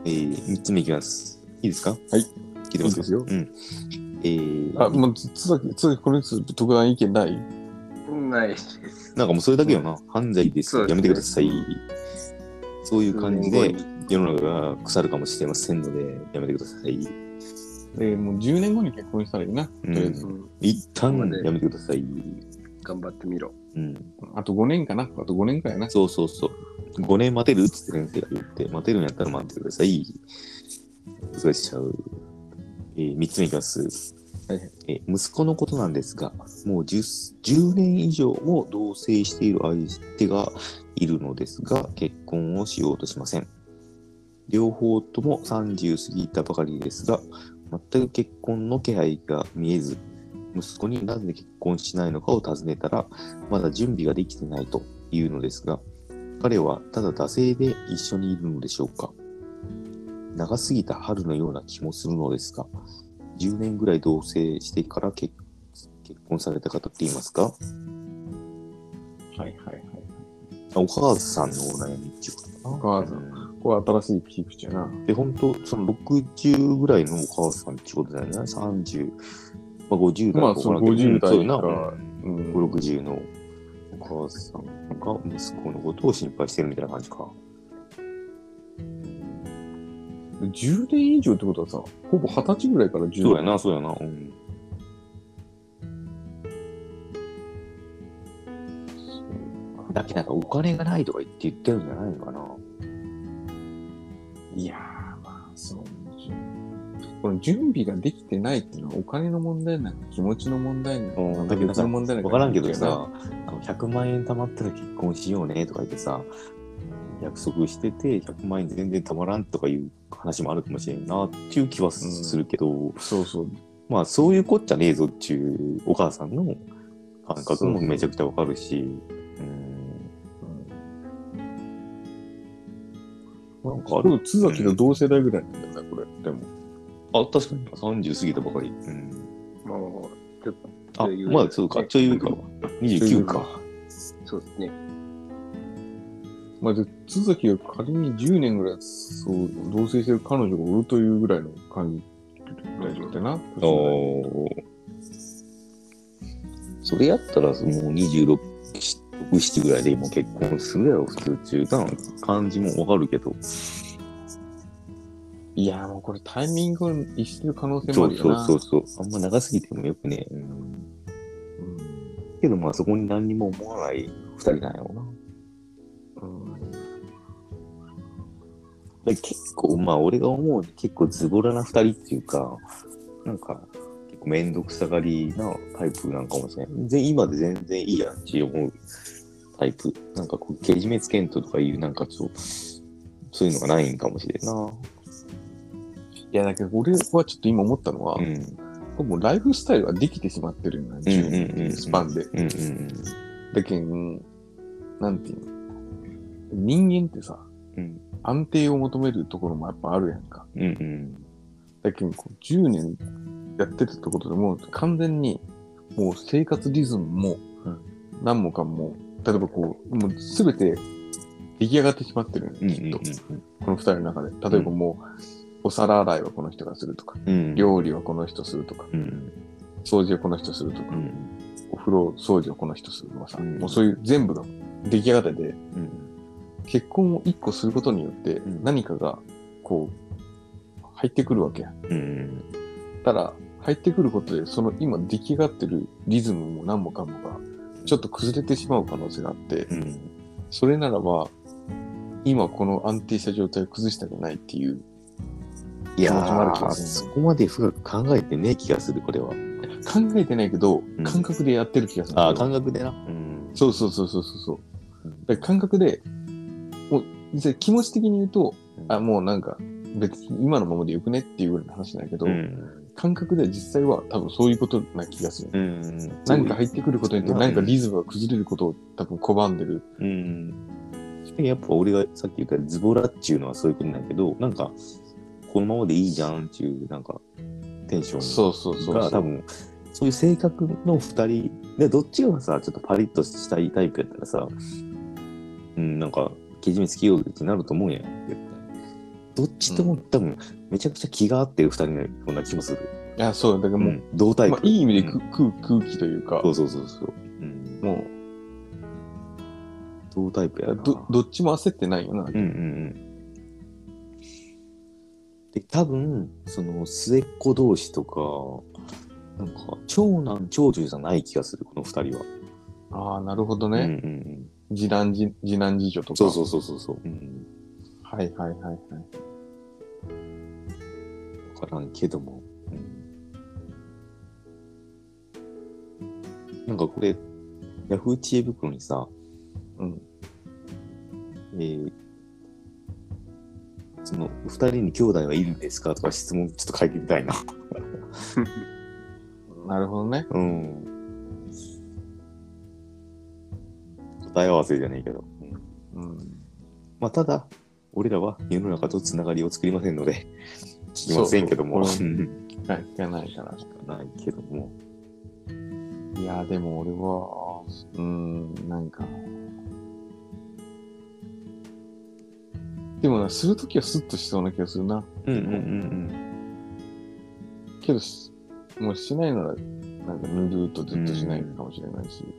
えー、みっつめいきます。いいですか？ はい。 聞いてますか？ いいですよ。 うん。えー、 あ、もう、つつき、つき、これについて特段意見ない？ ないです。 なんかもうそれだけよな。犯罪です。 そうですねやめてください。そういう感じで数年後に世の中が腐るかもしれませんので、やめてください。 で、もうじゅうねんごに結婚したらいいな。とうんりあえず。 うん一旦やめてください。 頑張ってみろ。 うん。 あとごねんかな。あとごねんかやな。 そうそうそう。ごねん待てるっつって先生が言って、待てるんやったら待ってください。難しちゃう。えー、みっつめいきます。 はいはい。 えー息子のことなんですが、もう 10, 10年以上も同棲している相手がいるのですが、結婚をしようとしません。両方ともさんじゅう過ぎたばかりですが、全く結婚の気配が見えず、息子になぜ結婚しないのかを尋ねたら、まだ準備ができてないというのですが、彼はただ惰性で一緒にいるのでしょうか。長すぎた春のような気もするのですが、じゅうねんぐらい同棲してから結結婚された方って言いますか？ はいはいはい。 お母さんのお悩みっていうことかな。 お母さん。 うんこれ新しい切り口やな。 で、本当そのろくじゅうぐらいのお母さんってことだよね。さんじゅう、まあ、ごじゅう代まあ、そのごじゅう代そうよな。 か、うんご、ろくじゅうのお母さんが息子のことを心配してるみたいな感じか。 じゅうねん以上ってことはさ、ほぼはたちぐらいからじゅうねん。 そうやな、そうやな。うん。だけどなんかお金がないとか言って言ってるんじゃないのかな。 いやー、まあ、そう。この準備ができてないっていうのはお金の問題なのか気持ちの問題なのか、 うん、 だけど別の問題なの分からんけどさ、あのひゃくまん円貯まったら結婚しようねとか言ってさ、約束しててひゃくまん円全然たまらんとかいう話もあるかもしれんなっていう気はするけど、うん、 そうそう。まあそういうこっちゃねえぞっていうお母さんの感覚もめちゃくちゃわかるし、 なんかある津崎の同世代ぐらいなんだよね、これ。でも。 あ、確かにさんじゅう過ぎたばかり。うん。 まあ、ちょっと。あ、まあそうか、ちょい上か。にじゅうきゅうか。 そうですね。 まあ、で、津崎が仮にじゅうねんぐらい、そう、同棲してる彼女がおるというぐらいの感じ、大丈夫だな。 おー。それやったら、もうにじゅうろく、ろく、ななぐらいで今結婚するやろ、普通中な感じもわかるけど。 いやーもうこれタイミングを逸してる可能性もあるよな。 そうそうそうそう。あんま長すぎてもよくね。うん。うん、けどまあそこに何にも思わない二人なんやろうな。うん。で結構まあ俺が思うに結構ズボラな二人っていうか、なんか結構めんどくさがりなタイプなんかもしれない。全然今で全然いいやんって思うタイプ。なんかこうけじめつけんととかいうなんかちょっとそういうのがないんかもしれんな。 いやだけど俺はちょっと今思ったのは、うん、もうライフスタイルはできてしまってるんだ、じゅうねんスパンで。だけど、なんていうの、人間ってさ、うん、安定を求めるところもやっぱあるやんか。うんうん、だけどこうじゅうねんやってたところでもう完全にもう生活リズムも何もかも、例えばこう、もうすべて出来上がってしまってるんきっと、この二人の中で。例えばもう、うんお皿洗いはこの人がするとか、うん、料理はこの人するとか、うん、掃除はこの人するとか、うん、お風呂掃除はこの人するとかさ、うん、もうそういう全部が出来上がってて、うん、結婚を一個することによって何かがこう入ってくるわけや。うん、ただ入ってくることでその今出来上がってるリズムも何もかもがちょっと崩れてしまう可能性があって、うん、それならば今この安定した状態を崩したくないっていういやー、そこまで深く考えてねえ気がする、これは。 考えてないけど、うん、感覚でやってる気がする。 ああ、感覚でな。うん、 そうそうそうそうそう。うん、だから感覚で、もう、実際気持ち的に言うと、うん、あ、もうなんか、別に今のままでよくねっていうぐらいの話なんだけど、うん、感覚で実際は多分そういうことな気がする。うん、何か入ってくることによって何かリズムが崩れることを多分拒んでる。うん。 やっぱ俺がさっき言ったズボラっていうのはそういうことなんだけど、なんか、このままでいいじゃんっていうなんかテンションが多分そういう性格の二人でどっちがさちょっとパリッとしたいタイプやったらさ、うんなんかけじめつけようってなると思うんや絶対。 どっちとも多分めちゃくちゃ気が合ってるふたりのような気もする。 いや、そうだからもう、うん、 同タイプ、 まあ、いい意味で、うん、空空気というか。 そうそうそうそう。うん、 もう同タイプやな。 どどっちも焦ってないよな。 うんうんうん。で多分その末っ子同士とかなんか長男長女じゃない気がするこのふたりは。 ああなるほどね。 うんうんうん次男次次男次女とか。 そうそうそうそうそう。うん、 はいはいはいはい。 分からんけども、うん、なんかこれヤフー知恵袋にさ、うん、えー、そのふたりに兄弟はいるんですかとか質問ちょっと書いてみたいな。 なるほどね。 うん。答え合わせじゃないけど。うん。まあ、ただ、俺らは世の中とつながりを作りませんので、聞きませんけども。はい、 聞かないから。 聞かないけども。 いや、でも俺は、うーん、なんか。でもな、するときはスッとしそうな気がするな。 うんうんうんうん。 けど、もうしないなら、なんかぬるーっとずっとしないかもしれないし。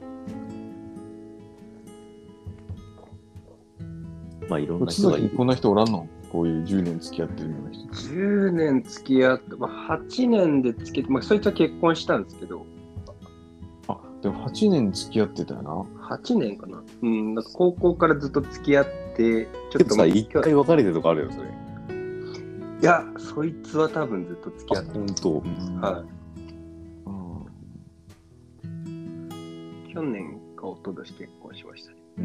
まあいろんな人がいる。 こんな人おらんの？こういうじゅうねん付き合ってるような人。 じゅうねん付き合って、まあ、はちねんで付き合って、まあそいつは結婚したんですけど。 あ、でもはちねん付き合ってたよな。 はちねんかな。うん、なんか高校からずっと付き合って、 ちょっとさ、一回別れてるとかあるよ、それ。 いや、そいつは多分ずっと付き合ってる。 本当。うん、 はい。去年か一昨年結婚しましたね。うん、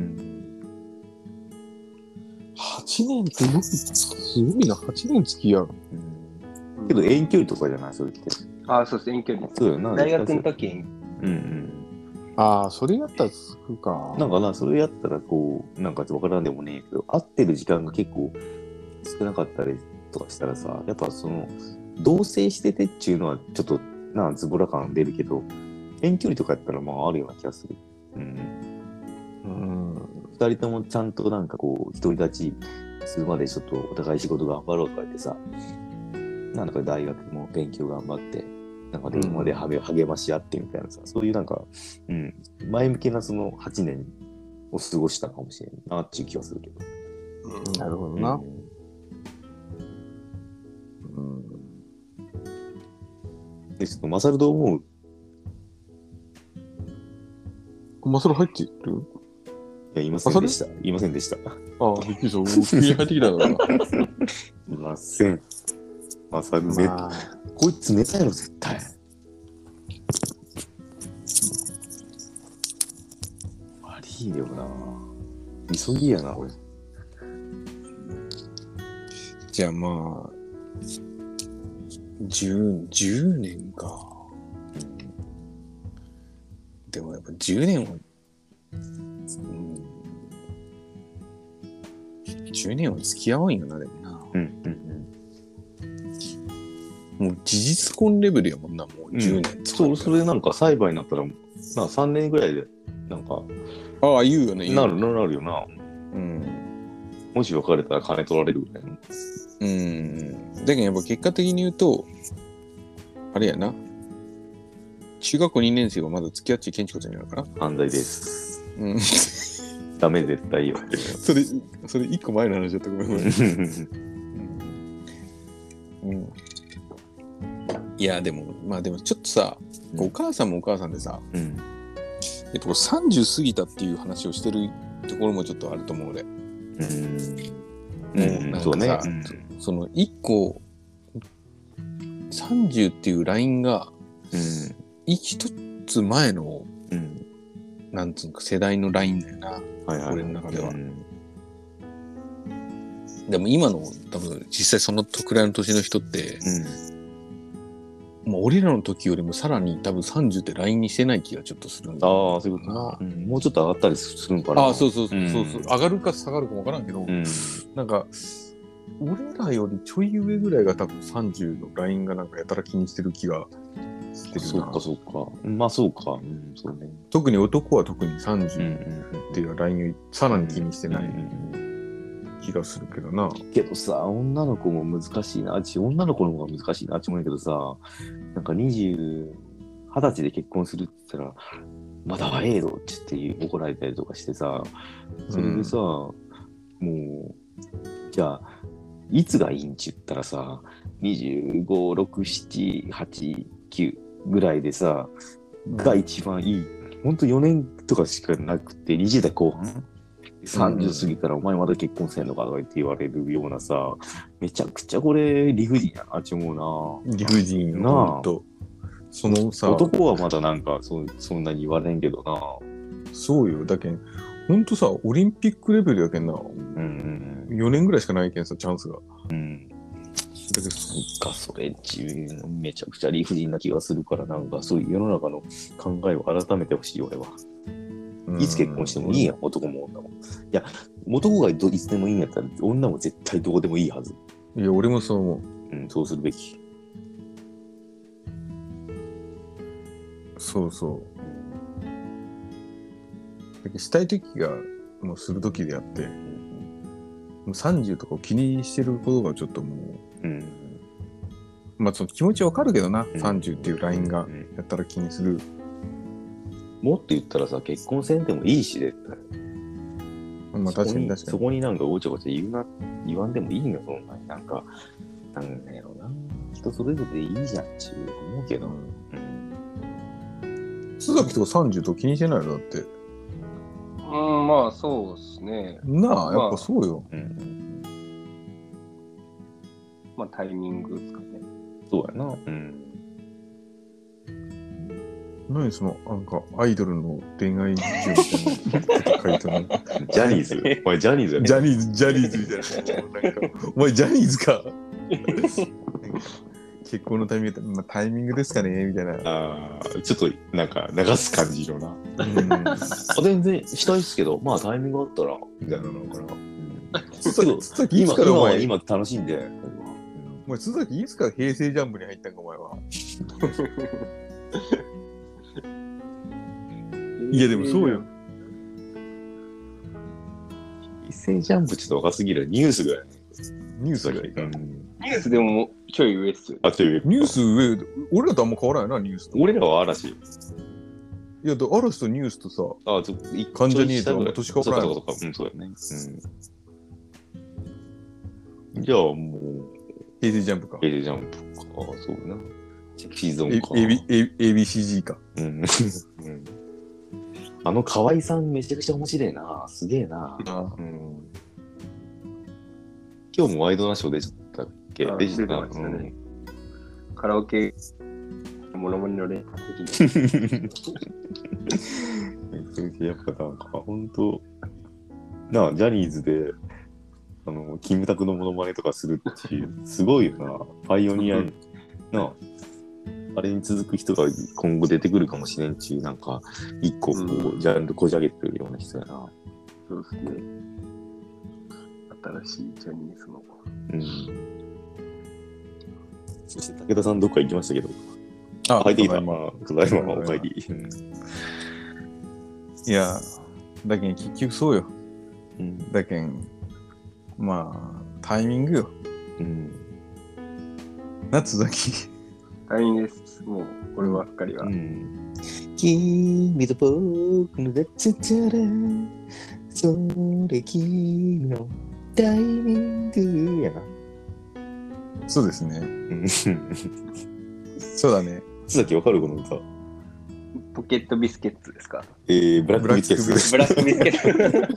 はちねんってよくすごいな、はちねん付き合う。 うん、けど遠距離とかじゃないそれって。 ああ、そうです、遠距離。 そうよな。 大学の時に。 うんうん。 ああ、それやったらつくか。 なんかな、それやったらこう、なんかわからんでもねえけど、会ってる時間が結構少なかったりとかしたらさ、やっぱその、同棲しててっていうのはちょっとな、ズボラ感出るけど、遠距離とかやったらまああるような気がする。うん。うん。二人ともちゃんとなんかこう、独り立ちするまでちょっとお互い仕事頑張ろうとか言ってさ、なんか大学も勉強頑張って、なんか電話で励まし合ってみたいなさ、うん、そういうなんか、うん、前向きなそのはちねんを過ごしたかもしれんなっていう気がするけど。 うん、なるほどな。うんうん、で、ちょっとマサルどう思う？ マサル入ってる？いや、いませんでした。いませんでした。 ああ、びっくりした。急に入ってきたからな。 いません。マサル、まあ、こいつ寝たやろ、絶対。悪いよな。急ぎやな、これ。 じゃあまあ、じゅう、じゅうねんか。でもやっぱじゅうねんは、うん、じゅうねんは付き合わんよな、でもな。うんうんうん。もう事実婚レベルやもんな、もうじゅうねん、うん。 そう、それなんか裁判になったら、なさんねんぐらいで、なんか、 ああ、言うよね、 なる、なるよな。うん。もし別れたら金取られるぐらいの。 うん。だけどやっぱ結果的に言うと、あれやな。中学校にねん生はまだ付き合っちゃいけんちことになるかな。 犯罪です。うん。ダメ絶対よ。 それ、それ一個前の話だったごめんごめん。うん。いや、でも、まあでもちょっとさ、うん、お母さんもお母さんでさ、うん、やっぱさんじゅう過ぎたっていう話をしてるところもちょっとあると思う俺。うん。もうなんかさ、そうね、うん、その一個、さんじゅうっていうラインが、うん、一つ前の、うん、なんつうか世代のラインだよな、はいはい、俺の中では、うん、でも今の多分実際そのくらいの年の人って、うん、もう俺らの時よりもさらに多分さんじゅうってラインにしてない気がちょっとするんだ。 ああ、そういうことな、うん、もうちょっと上がったりするんかな。 ああ、そうそうそうそうそう、うん、上がるか下がるかもわからんけど、うん、なんか俺らよりちょい上ぐらいが多分さんじゅうのラインがなんかやたら気にしてる気がしてるな。 そうかそうか。まあそうか。うん、そうね。 特に男は特にさんじゅうっていうラインをさらに気にしてない気がするけどな。 けどさ、女の子も難しいな。あっち女の子の方が難しいなって思うんやけどさ、なんかにじゅう、はたちで結婚するって言ったら、まだ早いぞって言って怒られたりとかしてさ、それでさ、うん、もう、じゃあ、いつがいいんって言ったらさ、にじゅうご、ろく、なな、はち、きゅうぐらいでさ、が一番いい。ほんとよねんとかしかなくて、にじゅう代後半さんじゅう過ぎたらお前まだ結婚せんのかとか言って言われるようなさ、めちゃくちゃこれ理不尽やなって思うな。 理不尽なあ。そのさ、 男はまだなんか そ, そんなに言われんけどな。 そうよ。だけん、ほんとさ、オリンピックレベルやけんな。うんうん、よねんぐらいしかないけんさ、チャンスが。うん。 だけどそっか、それめちゃくちゃ理不尽な気がするから、なんかそういう世の中の考えを改めてほしい、俺は。いつ結婚してもいいやん、男も女も。いや、男がいつでもいいんやったら、女も絶対どこでもいいはず。 いや、俺もそう思う。うん、そうするべき。 そうそう。だけどしたいときが、もうするときであって、もうさんじゅうとかを気にしてることがちょっともう、うん、まあその気持ちわかるけどな、うん、さんじゅうっていうラインがやったら気にする。 もっと言ったらさ、結婚せんでもいいし、絶対。 まあ確かに確かに。 そこになんかおちゃおちゃ言うな、言わんでもいいの、そんなに。なんか、なんやろな。人それぞれでいいじゃんって思うけど。うん。 須崎とかさんじゅうと気にしてないのだって。 うん、まあそうですね。 なあ、やっぱそうよ。まあ、うん、 まあタイミングですかね。 そうやな。うん。 何その、なんか、アイドルの恋愛事情みたいな書いてるの。 ジャニーズお前ジャニーズやね。 ジャニーズ、ジャニーズみたいな。なんかお前ジャニーズか結婚のタイミング、まあ、タイミングですかねみたいな。 ああ、ちょっとなんか流す感じのな。うん、あ全然したいっすけど、まあタイミングあったら、みたいなのかな。 須崎いつからお前今楽しんで。 お前須崎いつから平成ジャンプに入ったんかお前は。いやでもそうよ。 平成ジャンプちょっと若すぎる。ニュースぐらい。 ニュースぐらいか。 ニュースでもちょい上っすよ。 あ、ちょい上。 ニュース上、俺らとあんま変わらないな、ニュースと。 俺らは嵐。 いや、嵐とニュースとさ、 あ、ちょっと関ジャニ∞とあんま年変わらない。 そうかそうか、うん、そうだね。うん。じゃあもう、 平成ジャンプか。 平成ジャンプか。そうな。セクシーゾーンか。 エービーシージー か。 うん。あの河合さんめちゃくちゃ面白いな。すげえな。あうん、今日もワイドナショー出ちゃったっけ？出ちゃった。ね、 うん、カラオケ、モノマネの連鎖的に。やっぱなんか、ほんと、なあ、ジャニーズで、あの、キムタクのモノマネとかするっていう、すごいよな。パイオニアに。なあ。あれに続く人が今後出てくるかもしれんちゅう、なんか、一個こう、うん、ジャンルこじ上げてるような人やな。 そうですね。新しいジャニーズの。うん。 そして武田さんどっか行きましたけど。 あ、 入ってきた。まあ、ただいまお帰り。 いや、だけん結局そうよ。うん、だけん、まあ、タイミングよ。うん。夏崎。 タイミングです。もう、こればっかりは。うん、 君と僕の夏たら、それ君のタイミングやな。 そうですね。そうだね。 須崎わかるこの歌。 ポケットビスケッツですか？ えー、ブラックビスケッツ。 ブラックビスケッ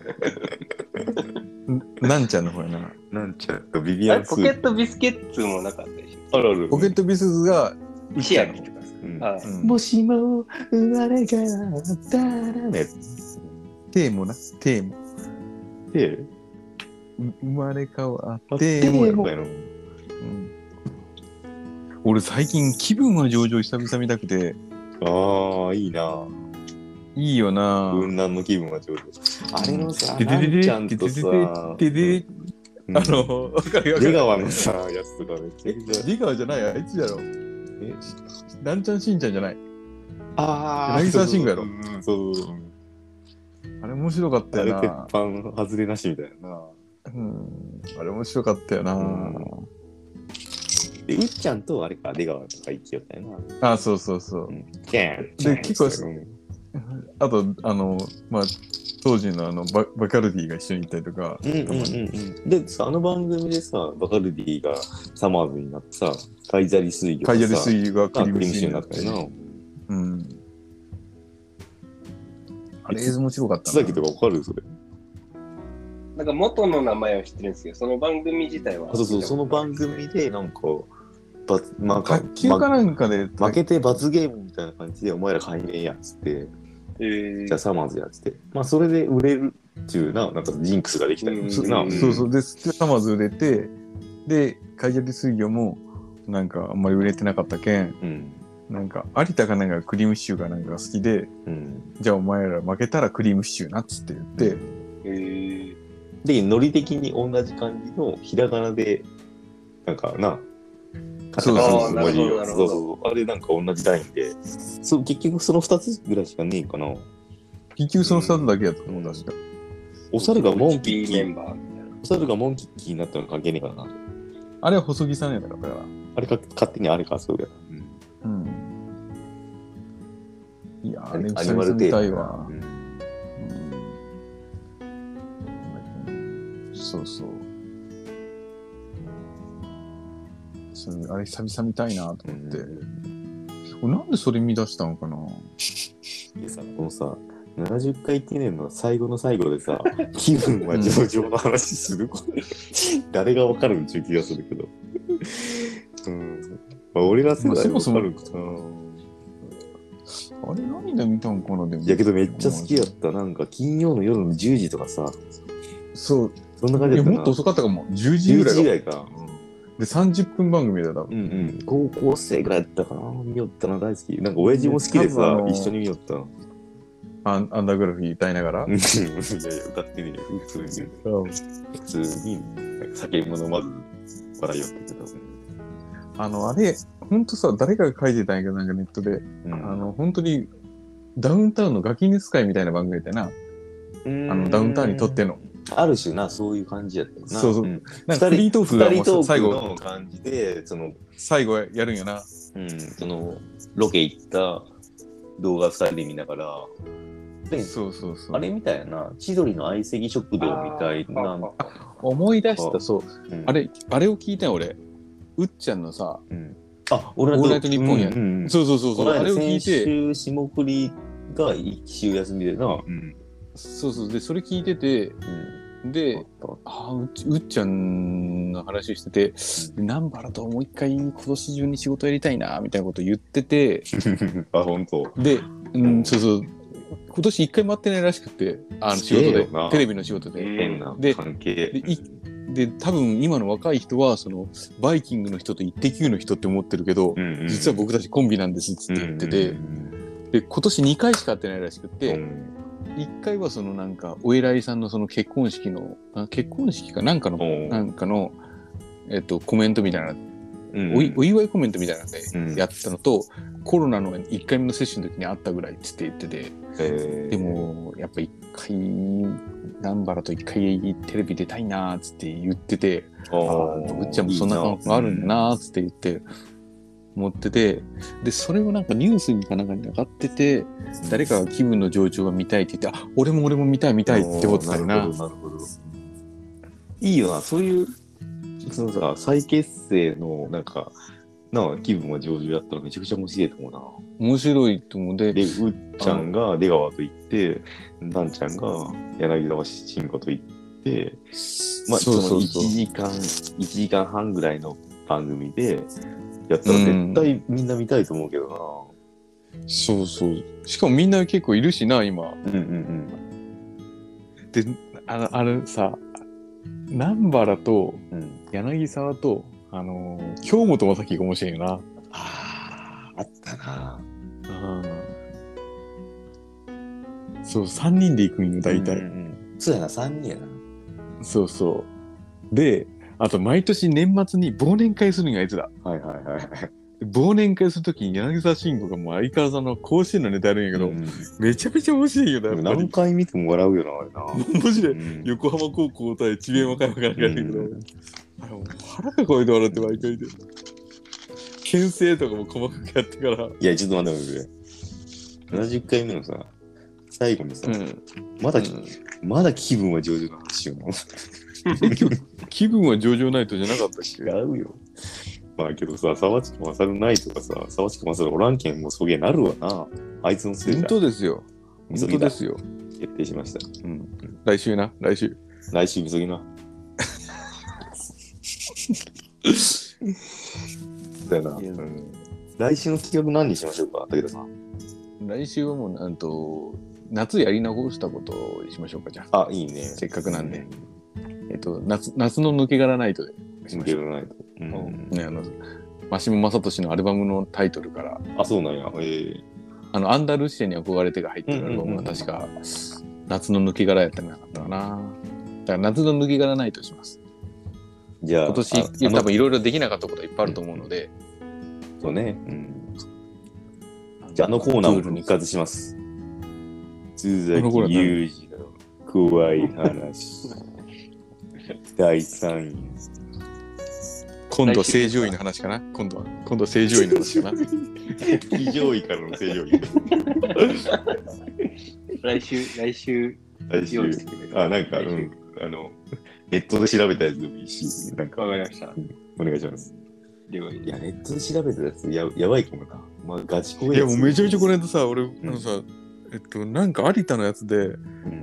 ツ。なんちゃんの方やな。 なんちゃんとビビアンス。 ポケットビスケッツもなかったでしょ。 あるある。 ポケットビスがシアキとかです、うんうん。もしも生まれ変わったらね。 テーモな。テーモ。 テー生まれ変わってテーモやろ。うん、俺最近気分は上々久々見たくて。 ああ、いいな。 いいよな。 雲南の気分は上々。あれのさ、なんちゃんとさ、 あの、 出川のさ、やつとかめっちゃくちゃ。 出川じゃない、あいつやろ。え、なんちゃんしんちゃんじゃない。 ああ、 柳沢慎吾やろ。 うん、そう。 あれ面白かったよな。 あれ鉄板外れなしみたいな。 うん、あれ面白かったよな、うん、 でうっちゃんとあれか出川とか行きよったよな。 あ、そうそうそう、うん、 で結構あとあのまあ当時のあの バ, バカルディが一緒にいたりとか、うんうんうんうん、 でさあの番組でさバカルディがサマーズになってさカイザリ水魚がさカイザリ水魚がクリームシチューになったよな。うん。 あれ面白かったな。 津崎とかわかるそれ。 なんか元の名前は知ってるんですけど、その番組自体は。 そうそう、その番組でなんか、ばなんか卓球かなんかで、 ま、負けて罰ゲームみたいな感じで、お前ら解明やっつって、えー、じゃあサマーズやっつって、まあそれで売れるっていうな、なんかジンクスができたりするな。 そうそう、で、サマーズ売れて、で、カイジャリ水魚もなんかあんまり売れてなかったけん、うんなんか有田かなんかクリームシチューがなんか好きで、うん、じゃあお前ら負けたらクリームシチューなっつって言って、うん、 えー、でノリ的に同じ感じのひらがなでなんかなカタカナの文字をそうそうあれなんか同じラインでそう結局そのふたつぐらいしかねえかな。 結局そのふたつだけやったと思う、うん、確か。 お猿がモンキッキーお猿がモンキッキーになったの関係ねえかな。 あれは細木さんやったから。 あれか勝手にあれかそうや。うん。 いやー、あれ久々見たいわ。うんうん、そうそう。それあれ久々見たいなと思って。うん、なんでそれ見出したのかな。 でさ、このさ、ななじゅっかい記念の最後の最後でさ、気分は上々の話する、うん、誰がわかるんちゅう気がするけど。うんまあ、俺ら世代はわかるかな。 あれ何で見たんかなでも。 いやけどめっちゃ好きやった。なんか金曜の夜のじゅうじとかさ。 そう。 そんな感じだったな。 もっと遅かったかも。じゅうじぐらい。 じゅうじぐらいか。 うん、で、さんじゅっぷん番組だった。うんうん。高校生ぐらいやったかな。見よったな、大好き。なんか親父も好きでさ、一緒に見よった。 アンアンダーグラフィー歌いながらいやいや、 歌ってね普通に。普通に、酒も飲まず笑いよったけど。 あの、あれ、ほんとさ、誰かが書いてたんやけど、なんかネットで、うん、あの、本当に、ダウンタウンのガキ熱会みたいな番組だったよな。あの、ダウンタウンにとっての。 ある種な、そういう感じやったよな。 そうそう。うん、なんかフリートークがもう最後の感じで、その、 最後やるんやな。 うん、その、ロケ行った動画ふたりで見ながら、 そうそうそう。 あれみたいな、千鳥の相席食堂みたいな。 思い出した、そう。うん、あれ、あれを聞いたよ、俺。うっちゃんのさ、うん、 あ、 オールナイトニッポンや、うんうん、そうそうそうそう、 あれを聞いて、先週霜降りが一週休みでな、うん、 そうそうでそれ聞いてて、うん、で、あうっちうっちゃんの話してて、うん、南原ともう一回今年中に仕事やりたいなみたいなこと言ってて、 あ本当。 で、うん、そうそう。今年一回も会ってないらしくて、あの仕事で、テレビの仕事で。 変な関係。 で、で多分今の若い人はそのバイキングの人とイッテ Q の人って思ってるけど、うんうん、実は僕たちコンビなんですって言ってて、うんうん、で今年にかいしか会ってないらしくて、うん、いっかいはそのなんかお偉いさんのその結婚式のあ結婚式かなんかの、うん、なんかのえっとコメントみたいな、うん、お, お祝いコメントみたいなのでやったのと、うん、コロナのいっかいめの接種の時に会ったぐらいって言ってて、でもやっぱいっかい南原と一回テレビ出たいなーっつって言ってて、あうっちゃんもそんな感覚があるんだなーっつって言って思ってて、でそれをなんかニュースにかなんかに上がってて、誰かが気分の上昇が見たいって言って、あ俺も俺も見たい見たいって思ってたよな。なるほどなるほど。 いいよなそういうそのさ再結成のなんかな気分が上々やったらめちゃくちゃ面白いと思うな。 面白いと思うで、 でうっちゃんが出川と行って、ダンちゃんが柳沢慎吾と行って、まあそうそうそうそのいちじかんいちじかんはんぐらいの番組でやったら絶対みんな見たいと思うけどな。 うん、そうそう。しかもみんな結構いるしな今。うんうんうん。であのあれさ南原と柳沢と、あのー、京本政樹が面白いよな。 ああ、あったな。 うん。そう、さんにんで行くんよ、大体。うんうん、 そうやな、さんにんやな。 そうそう。で、あと毎年年末に忘年会するんよ、あいつら。 はいはいはい。 忘年会するときに柳沢慎吾がもう相変わらずの甲子園のネタやるんやけど、うん、めちゃめちゃ面白いよね。 何回見ても笑うよな、あれな。 マジで、うん、横浜高校対智弁和歌山からやるけど、うん、あれもう腹が超えて笑って毎回で。牽制とかも細かくやってから。 いや、ちょっと待って待って。ななじゅっかいめのさ、最後にさ、うん、まだ、うん、まだ気分は上々の話よな。 気分は上々ナイトじゃなかったっけ？ 違うよ。まあけどさ、沢地まさるないとかさ、沢地まさるおらんけんもうそげなるわな。あいつのせいじゃん。 本当ですよ。本当ですよ。 決定しました。 うん。来週な、来週。 来週急ぎな。だよな、うん。来週の企画何にしましょうか、武田さん。 来週はもうなんと夏やり直したことにしましょうか、じゃあ。 あ、いいね。 せっかくなんで。うん、えっと夏夏の抜け殻ナイトで。 抜け殻ナイト。 うん。ね、あのマシモ正俊のアルバムのタイトルから。 あ、そうなんや。えー、 あのアンダルシアに憧れてが入ってるアルバムが確か夏の抜け殻やったんじゃなかったかな。だから夏の抜け殻ナイトします。 じゃあ今年多分いろいろできなかったこといっぱいあると思うので。 うん、そうね。うん。じゃあ、あのコーナーを復活します。津崎裕二の怖い話。だいさんい。 今度は正常位の話かな今度は。今度は正常位の話かな非常位からの正常位。 来週、来週。 来週。あ、なんか、うん。あの、ネットで調べたやつでもいいし、なんか。 わかりました。 お願いします。いや、ネットで調べたやつや、やばいかもな。まあ、ガチ怖いやつ。いや、もうめちゃめちゃこの間さ、俺、うん、あのさ、えっと、なんか有田のやつで、うん、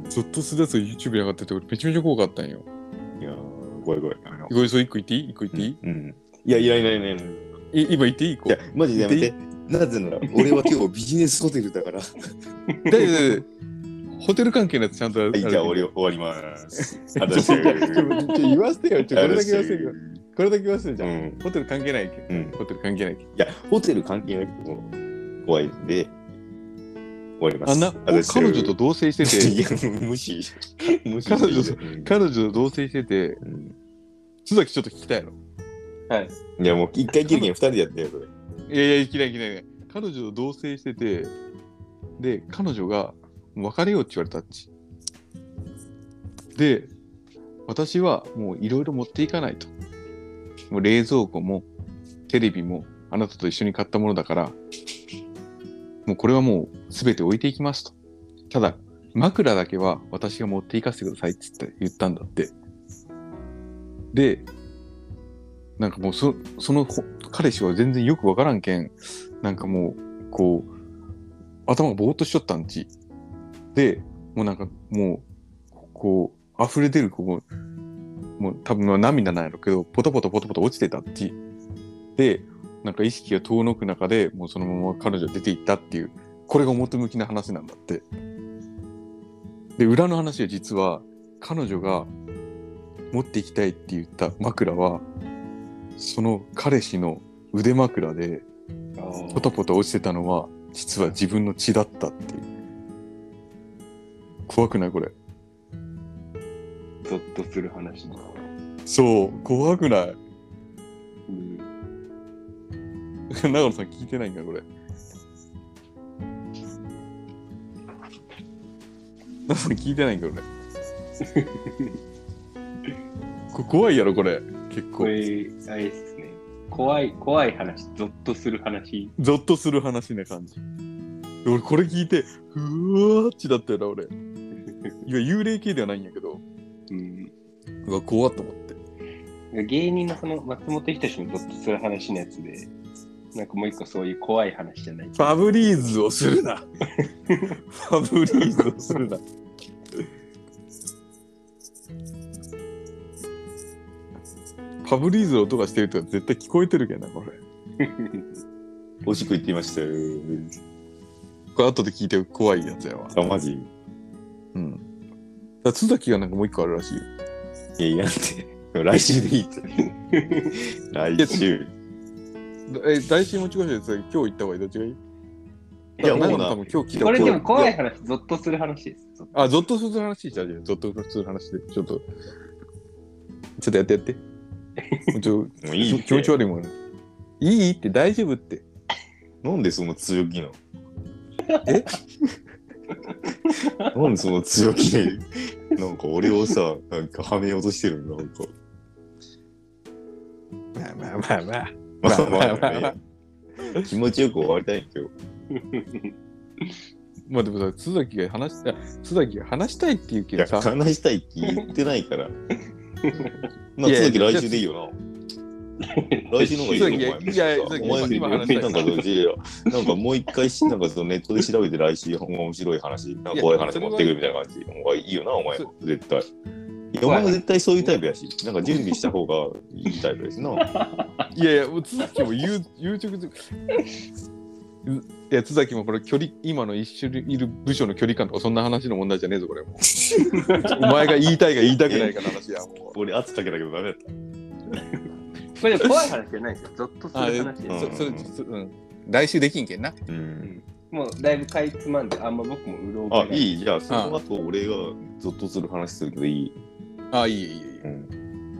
ゾッとするやつを YouTube に上がってて、俺めちゃめちゃ怖かったんよ。 いやー、怖い怖い。 これ、そう、一個言っていい一個言っていい、 うん、うん。いや、いやいやいやいやいや。 今言っていいいや、マジでやめて。なぜなら、俺は今日ビジネスホテルだから。だけど、ホテル関係のやつちゃんとある。 はい、じゃあ終わります。 ちょっと言わせてよ。ちょこれだけ言わせてよ。これだけ言わせてじゃん、うん。ホテル関係ないけど、うん。ホテル関係ないけど。 いや、ホテル関係なくても怖いんで、終わります。 あんな、彼女と同棲してて。 いや、無視。無視彼女と、うん、彼女と同棲してて、うん、須崎ちょっと聞きたいの。 はい。 いや、もう一回きりに二人でやってよ、それ。 いやいや、いきないいきない。彼女と同棲してて、で、彼女が、別れようって言われたっち。で、私はもういろいろ持っていかないと。もう冷蔵庫もテレビもあなたと一緒に買ったものだから、もうこれはもう全て置いていきますと。ただ、枕だけは私が持っていかせてくださいって言ったんだって。で、なんかもうそ、その彼氏は全然よくわからんけん、なんかもう、こう、頭がぼーっとしちゃったんち。で、もうなんかもう、こう、溢れ出る、こう、もう多分涙なんやろうけど、ポトポトポトポト落ちてたっち。で、なんか意識が遠のく中で、もうそのまま彼女出ていったっていう、これが表向きな話なんだって。で、裏の話は実は、彼女が持っていきたいって言った枕は、その彼氏の腕枕で、ポトポト落ちてたのは、実は自分の血だったっていう。怖くないこれ。 ゾッとする話。 そう、怖くない。うん。長野さん聞いてないんかこれ。長野さん聞いてないんかこれ。これ怖いやろこれ。結構。 これ、あれですね。怖い、怖い話、ゾッとする話。 ゾッとする話な感じ。俺これ聞いて、うわーっちだったよな俺。いや幽霊系ではないんやけど、うん、うわ怖っと思って。 芸人のその松本人志のゾッとする話のやつで、なんかもう一個そういう怖い話じゃない。 ファブリーズをするな。ファブリーズをするな。ファブリーズの音がしてるとか絶対聞こえてるけどなこれ。 おしく言っていましたよ。 これ後で聞いて怖いやつやわ。 あマジ。 うん。だ津崎がなんかもう一個あるらしいよ。 いやいやって来週でいいって。来週。 え来週も違うし今日行った方がいいどっちがいい？ いやもうな。 今日聞いたこれでも怖い話、ゾッとする話です。 あゾッとする話じゃあゾッとする話でちょっとちょっとやってやって。ちょもういい気持ち悪いもんね。 いいって大丈夫って。 なんでその強気なの？ えなんでその強気で、なんか俺をさ、なんかはめようとしてるのなんか。 まあまあまあまあ。 まあまあまあまあ。気持ちよく終わりたいんだよ。 まあでもさ、津崎が話した、津崎が話したいって言うけどさ。 いや、話したいって言ってないから。まあ、津崎来週でいいよな。来週の方がいいよ、お前。いやいや、お前今話したい。なんか、なんかもう一回、なんかそのネットで調べて来週面白い話、なんか怖い話持ってくるみたいな感じ。お前いいよな、お前。絶対。いや、お前も絶対そういうタイプやし、なんか準備した方がいいタイプですな。 いやいや、もう津崎も言う、言う直前。いや、津崎もこれ距離、今の一緒にいる部署の距離感とかそんな話の問題じゃねえぞ、これもう。お前が言いたいか言いたくないかの話や、もう。 俺圧かけたけどダメだった。 これ怖い話じゃないですよ。ゾッとする話です。 そそそうん、来週できんけんな。 うん。 もうだいぶかいつまんで、あんま僕もうろ覚えない。あ、いい。じゃあ、その後俺がゾッとする話するけどいい？ あ、いいいいいい。うん、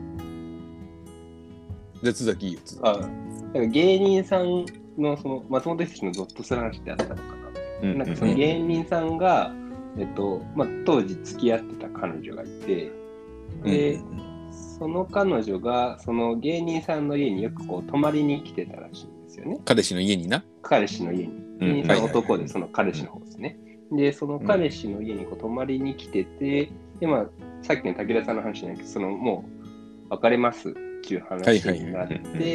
じゃあ、津崎いいよ。 あ、なんか芸人さんのその松本人志のゾッとする話ってあったのかな。うん、なんかその芸人さんが、えっとまあ、当時付き合ってた彼女がいて、で、うん、その彼女がその芸人さんの家によくこう泊まりに来てたらしいんですよね。 彼氏の家にな。 彼氏の家に。芸人さん男でその彼氏の方ですね。で、その彼氏の家にこう泊まりに来てて、で、まあ、さっきの武田さんの話じゃないけど、そのもう別れますっていう話になって、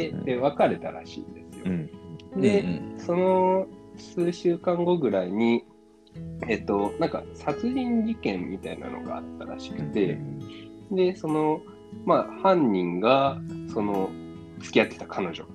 で、別れたらしいんですよ。うん、で、うんうん、その数週間後ぐらいに、えっと、なんか殺人事件みたいなのがあったらしくて、うん、で、その、まあ、犯人が、その、付き合ってた彼女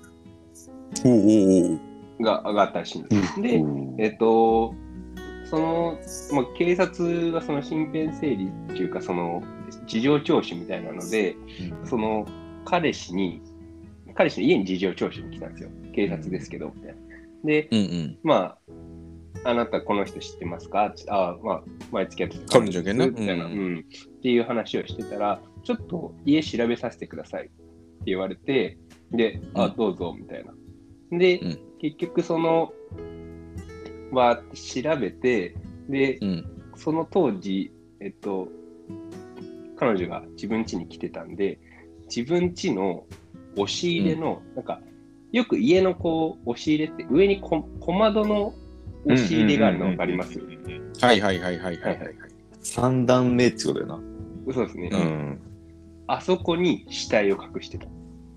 が上がったらしいんです。で、えっと、その、まあ、警察がその身辺整理っていうか、その、事情聴取みたいなので、うん、その、彼氏に、彼氏の家に事情聴取に来たんですよ。警察ですけど、みたいな。で、うんうん、まあ、あなたこの人知ってますか？あ、まあ、前付き合ってた彼女みたいな、うん、っていう話をしてたら、ちょっと家調べさせてくださいって言われて、で、あ、どうぞ、みたいな。で、うん、結局その、は調べて、で、うん、その当時、えっと、彼女が自分家に来てたんで、自分家の押し入れの、うん、なんか、よく家のこう押し入れって上にこ小窓の押し入れがあるの分かります？ はいはいはいはいはいはい。 三段目ってことだよな。 そうですね。うん、あそこに死体を隠してた。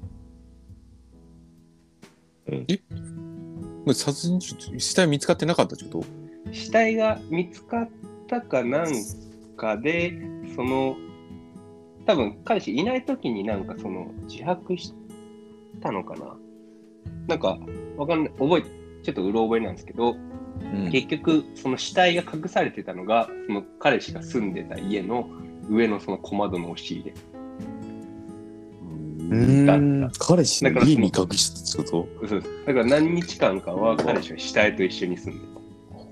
え？殺人死体見つかってなかったってこと？ 死体が見つかったかなんかで、その多分彼氏いない時になんかその自白したのかな。なんかわかんない、覚えてちょっとうろ覚えなんですけど、うん、結局その死体が隠されてたのがその彼氏が住んでた家の上のその小窓の押し入れ。 うーん、彼氏の家に隠したってこと？ そうです。だから何日間かは彼氏は死体と一緒に住んでた。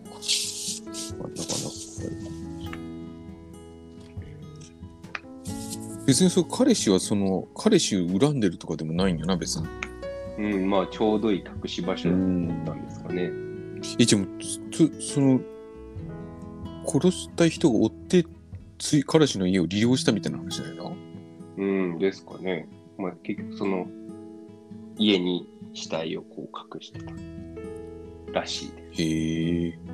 別にそう彼氏はその彼氏を恨んでるとかでもないんやな別に。 うん、まあちょうどいい隠し場所だったんですかね。 え、でもその殺した人が追ってつい彼氏の家を利用したみたいな話だよな。 うんですかね。まあ結局その家に死体をこう隠してたらしいです。 へえ。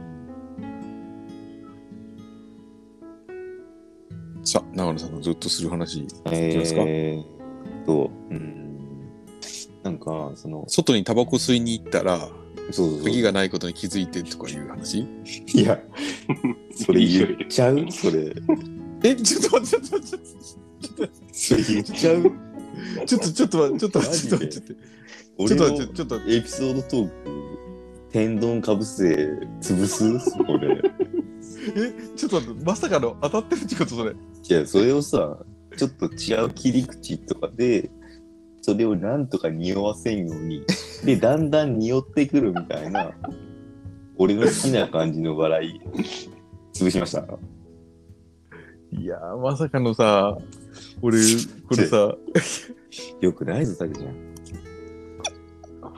さあ長野さんのずっとする話いきますか。 えー、と、うん、なんかその外にタバコ吸いに行ったらそうそうそう鍵がないことに気づいてとかいう話。 いやそれ言っちゃうそれえちょっと待ってちょっとちょっとそれ言っちゃうちょっとちょっと待ってちょっと待ってちょっと待って俺のちょっとエピソードトーク天丼かぶせ潰すこれえちょっと待ってまさかの当たってるってことそれ。 いやそれをさちょっと違う切り口とかでそれをなんとか匂わせんようにでだんだん匂ってくるみたいな俺の好きな感じの笑い潰しました。 いやーまさかのさ俺これさよくないぞタケちゃん。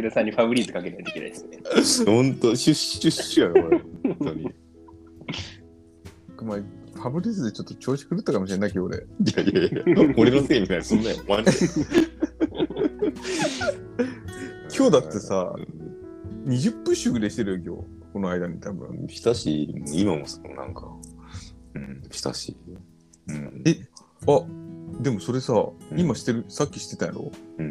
武田さんにファブリーズかけないといけないですね。 ほんと、シュッシュッシュやろ、これ。本当に。 まあ、ファブリーズでちょっと調子狂ったかもしれないけど、俺。いやいやいや、俺のせいみたいな、そんなよ。マジで。 今日だってさ、にじゅうプッシュぐらいしてるよ、今日。この間に多分。 したし、今もそのなんか、うん、したし。うん、 え、あ、でもそれさ、うん、今してる、さっきしてたやろ、うん、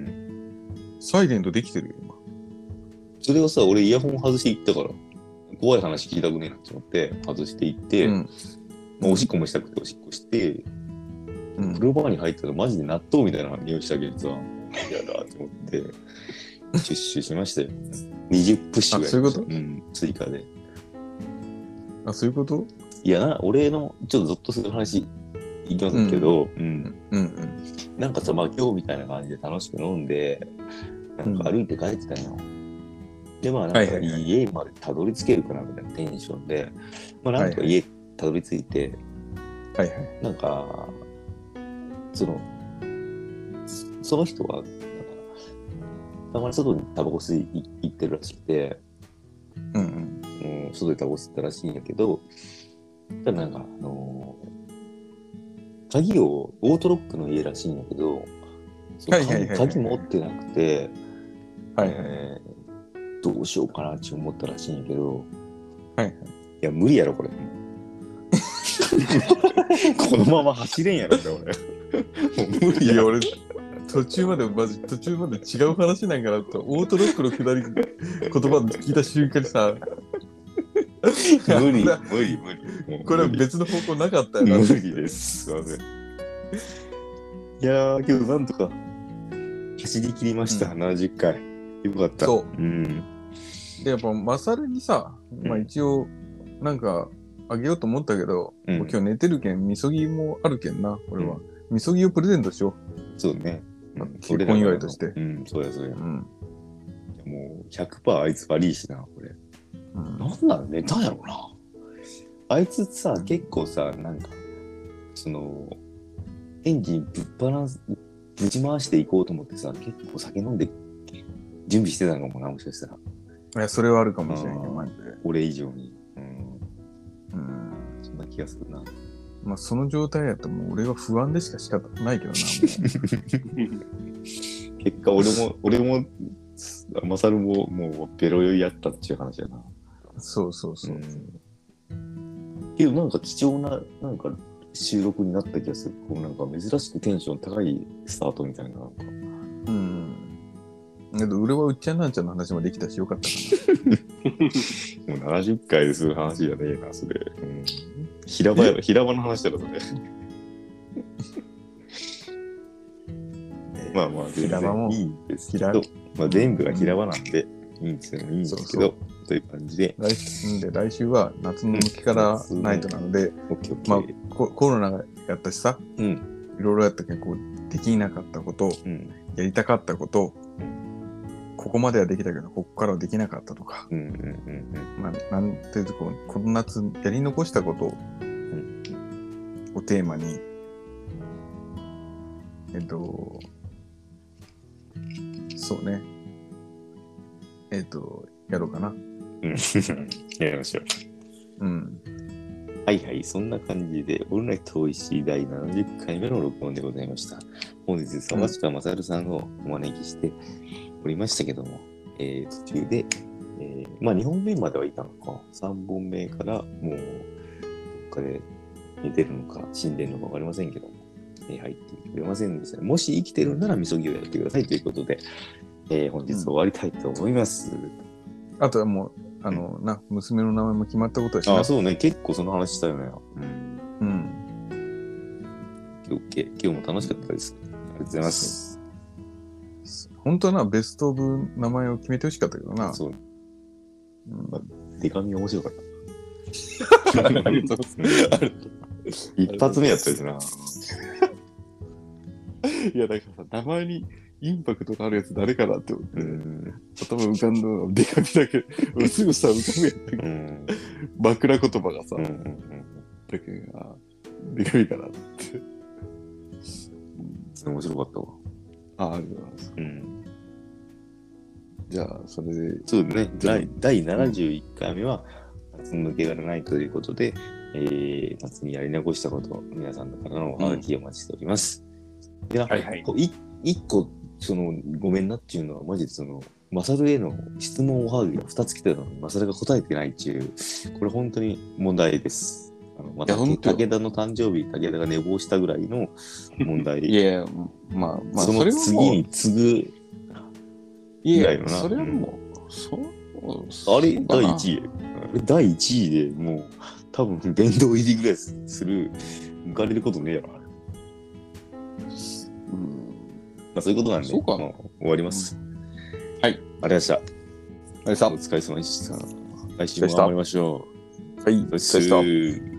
サイレントできてるよ、今。 それをさ、俺イヤホン外していったから、怖い話聞いたくねえなって思って、外していって、うんまあ、おしっこもしたくておしっこして、うん、風呂場に入ったらマジで納豆みたいな匂いしたけどさ、嫌だって思って、シュッシュしましたよ。にじゅうプッシュぐらい。 あ、そういうこと？ うん、追加で。 あ、そういうこと？ いやな、俺のちょっとゾッとする話いきますけど、うん。うん。うんうん、なんかさ、まあ今日みたいな感じで楽しく飲んで、なんか歩いて帰ってたよ。うん、で、まあなんか家までたどり着けるかなみたいなテンションで、まあなんか家たどり着いて、 はいはい。 なんか、その、その人は、たまに外にタバコ吸い行ってるらしくて、うんうん、うん、外でタバコ吸ったらしいんやけど、ただなんか、あのー、鍵をオートロックの家らしいんやけど、はいはいはいはい、鍵持ってなくて、はいはいえー、どうしようかなって思ったらしいんやけど、はいはい、いや無理やろこれ。このまま走れんやろって俺。もう無理や俺。 途中までマジ途中まで違う話なんかなとオートロックのくだり言葉聞いた瞬間にさ無理無理無理これは別の方向なかったよな。 無理です。すいません。いやーけどなんとか走り切りました、うん、ななじゅっかいよかった。 そう、うん、でやっぱマサルにさ、まあ、一応なんかあげようと思ったけど、うん、もう今日寝てるけんみそぎもあるけんな俺は、うん、みそぎをプレゼントしよう。そうね。 結婚祝いとして。 うん、そうやそうや。うん、もう ひゃくパーセント あいつ悪いしな、これ。うん、なんなのネタやろな。あいつさ、結構さ、なんか、その、エンジンぶっ放す、ぶち回していこうと思ってさ、結構酒飲んで準備してたのかもな、もしかしたら。 いや、それはあるかもしれないけど、マジで。 俺以上に。うん。うん。そんな気がするな。 まあその状態やともう俺は不安でしか仕方ないけどな。 結果俺も俺もマサルももうベロ酔いやったっていう話やな。 そうそうそう。 うん、けどなんか貴重ななんか収録になった気がする。こうなんか珍しくテンション高いスタートみたいななんか。 うん。けど俺はうっちゃんなんちゃんの話もできたしよかったかな。もうななじゅっかいでする話じゃねえなそれ。うん平場やろ、平場の話だろ、それ。まあまあ、 平場もいいんですけど、まあ、全部が平場なんで、いいんですよ、いいんですけど、そうそうという感じで。 来週で来週は夏の抜きからナイトなので、まあコ、コロナがやったしさ、うん、いろいろやったけど、こう、できなかったこと、うん、やりたかったこと、うん、ここまではできたけど、ここからはできなかったとか、うんうんうんうん、まあ、なんていうとこう、この夏やり残したことを、をテーマに、えっと、そうね、えっと、やろうかな。 うん、やりましょう。うん。はいはい、そんな感じで、オールナイトおいしいだいななじゅっかいめの録音でございました。本日、沢近まさるさんをお招きしておりましたけども、えー、途中で、えー、まあにほんめまではいたのか、さんぼんめからもう、どっかで、出るのか死んでるのか分かりませんけども、えー、入ってくれませんでした。もし生きてるならみそぎをやってくださいということで、えー、本日終わりたいと思います。うん、 あとはもう、あの、うん、な、娘の名前も決まったことはしない。 あ、そうね。結構その話したよね。うん。うん。今日も楽しかったです。ありがとうございます。 本当はな、ベストオブ名前を決めてほしかったけどな。そう。 うん、まあ、デカミ面白かった。ありがとうございます。一発目やったやつな。 いや、だからさ、名前にインパクトがあるやつ誰かなって思って、うん、頭浮かんだのがデカミだけ、俺すぐさ、浮かぶやったけど、うん、枕言葉がさ、うんうんうん、だけど、デカミかなって。 それ面白かったわ。 あ、ありがとうございます。うん。 じゃあ、それで。 そうね。第だいななじゅういっかいめは、夏の抜け殻ないということで、えー、夏にやり残したこと、皆さんからのおはがきをお待ちしております。うん、いや、はいはい、い一個、その、ごめんなっていうのは、マジでその、マサルへの質問おはがきがふたつ来てたのに、マサルが答えてないっていう、これ本当に問題です。あのまた武田の誕生日、武田が寝坊したぐらいの問題。 いや、まあ、まあ、 その次に次ぐぐらいのな。いや、それはもう、そうあれ、だいいちい。だいいちいでもう、多分、殿堂入りぐらいする、抜かれることねえやろ。うん。まあ、そういうことなんで、そうか、まあ、終わります。 うん、はい。ありがとうございました。ありがとうございました。お疲れ様でした。来週も頑張りましょう。 はい。お疲れ様でした。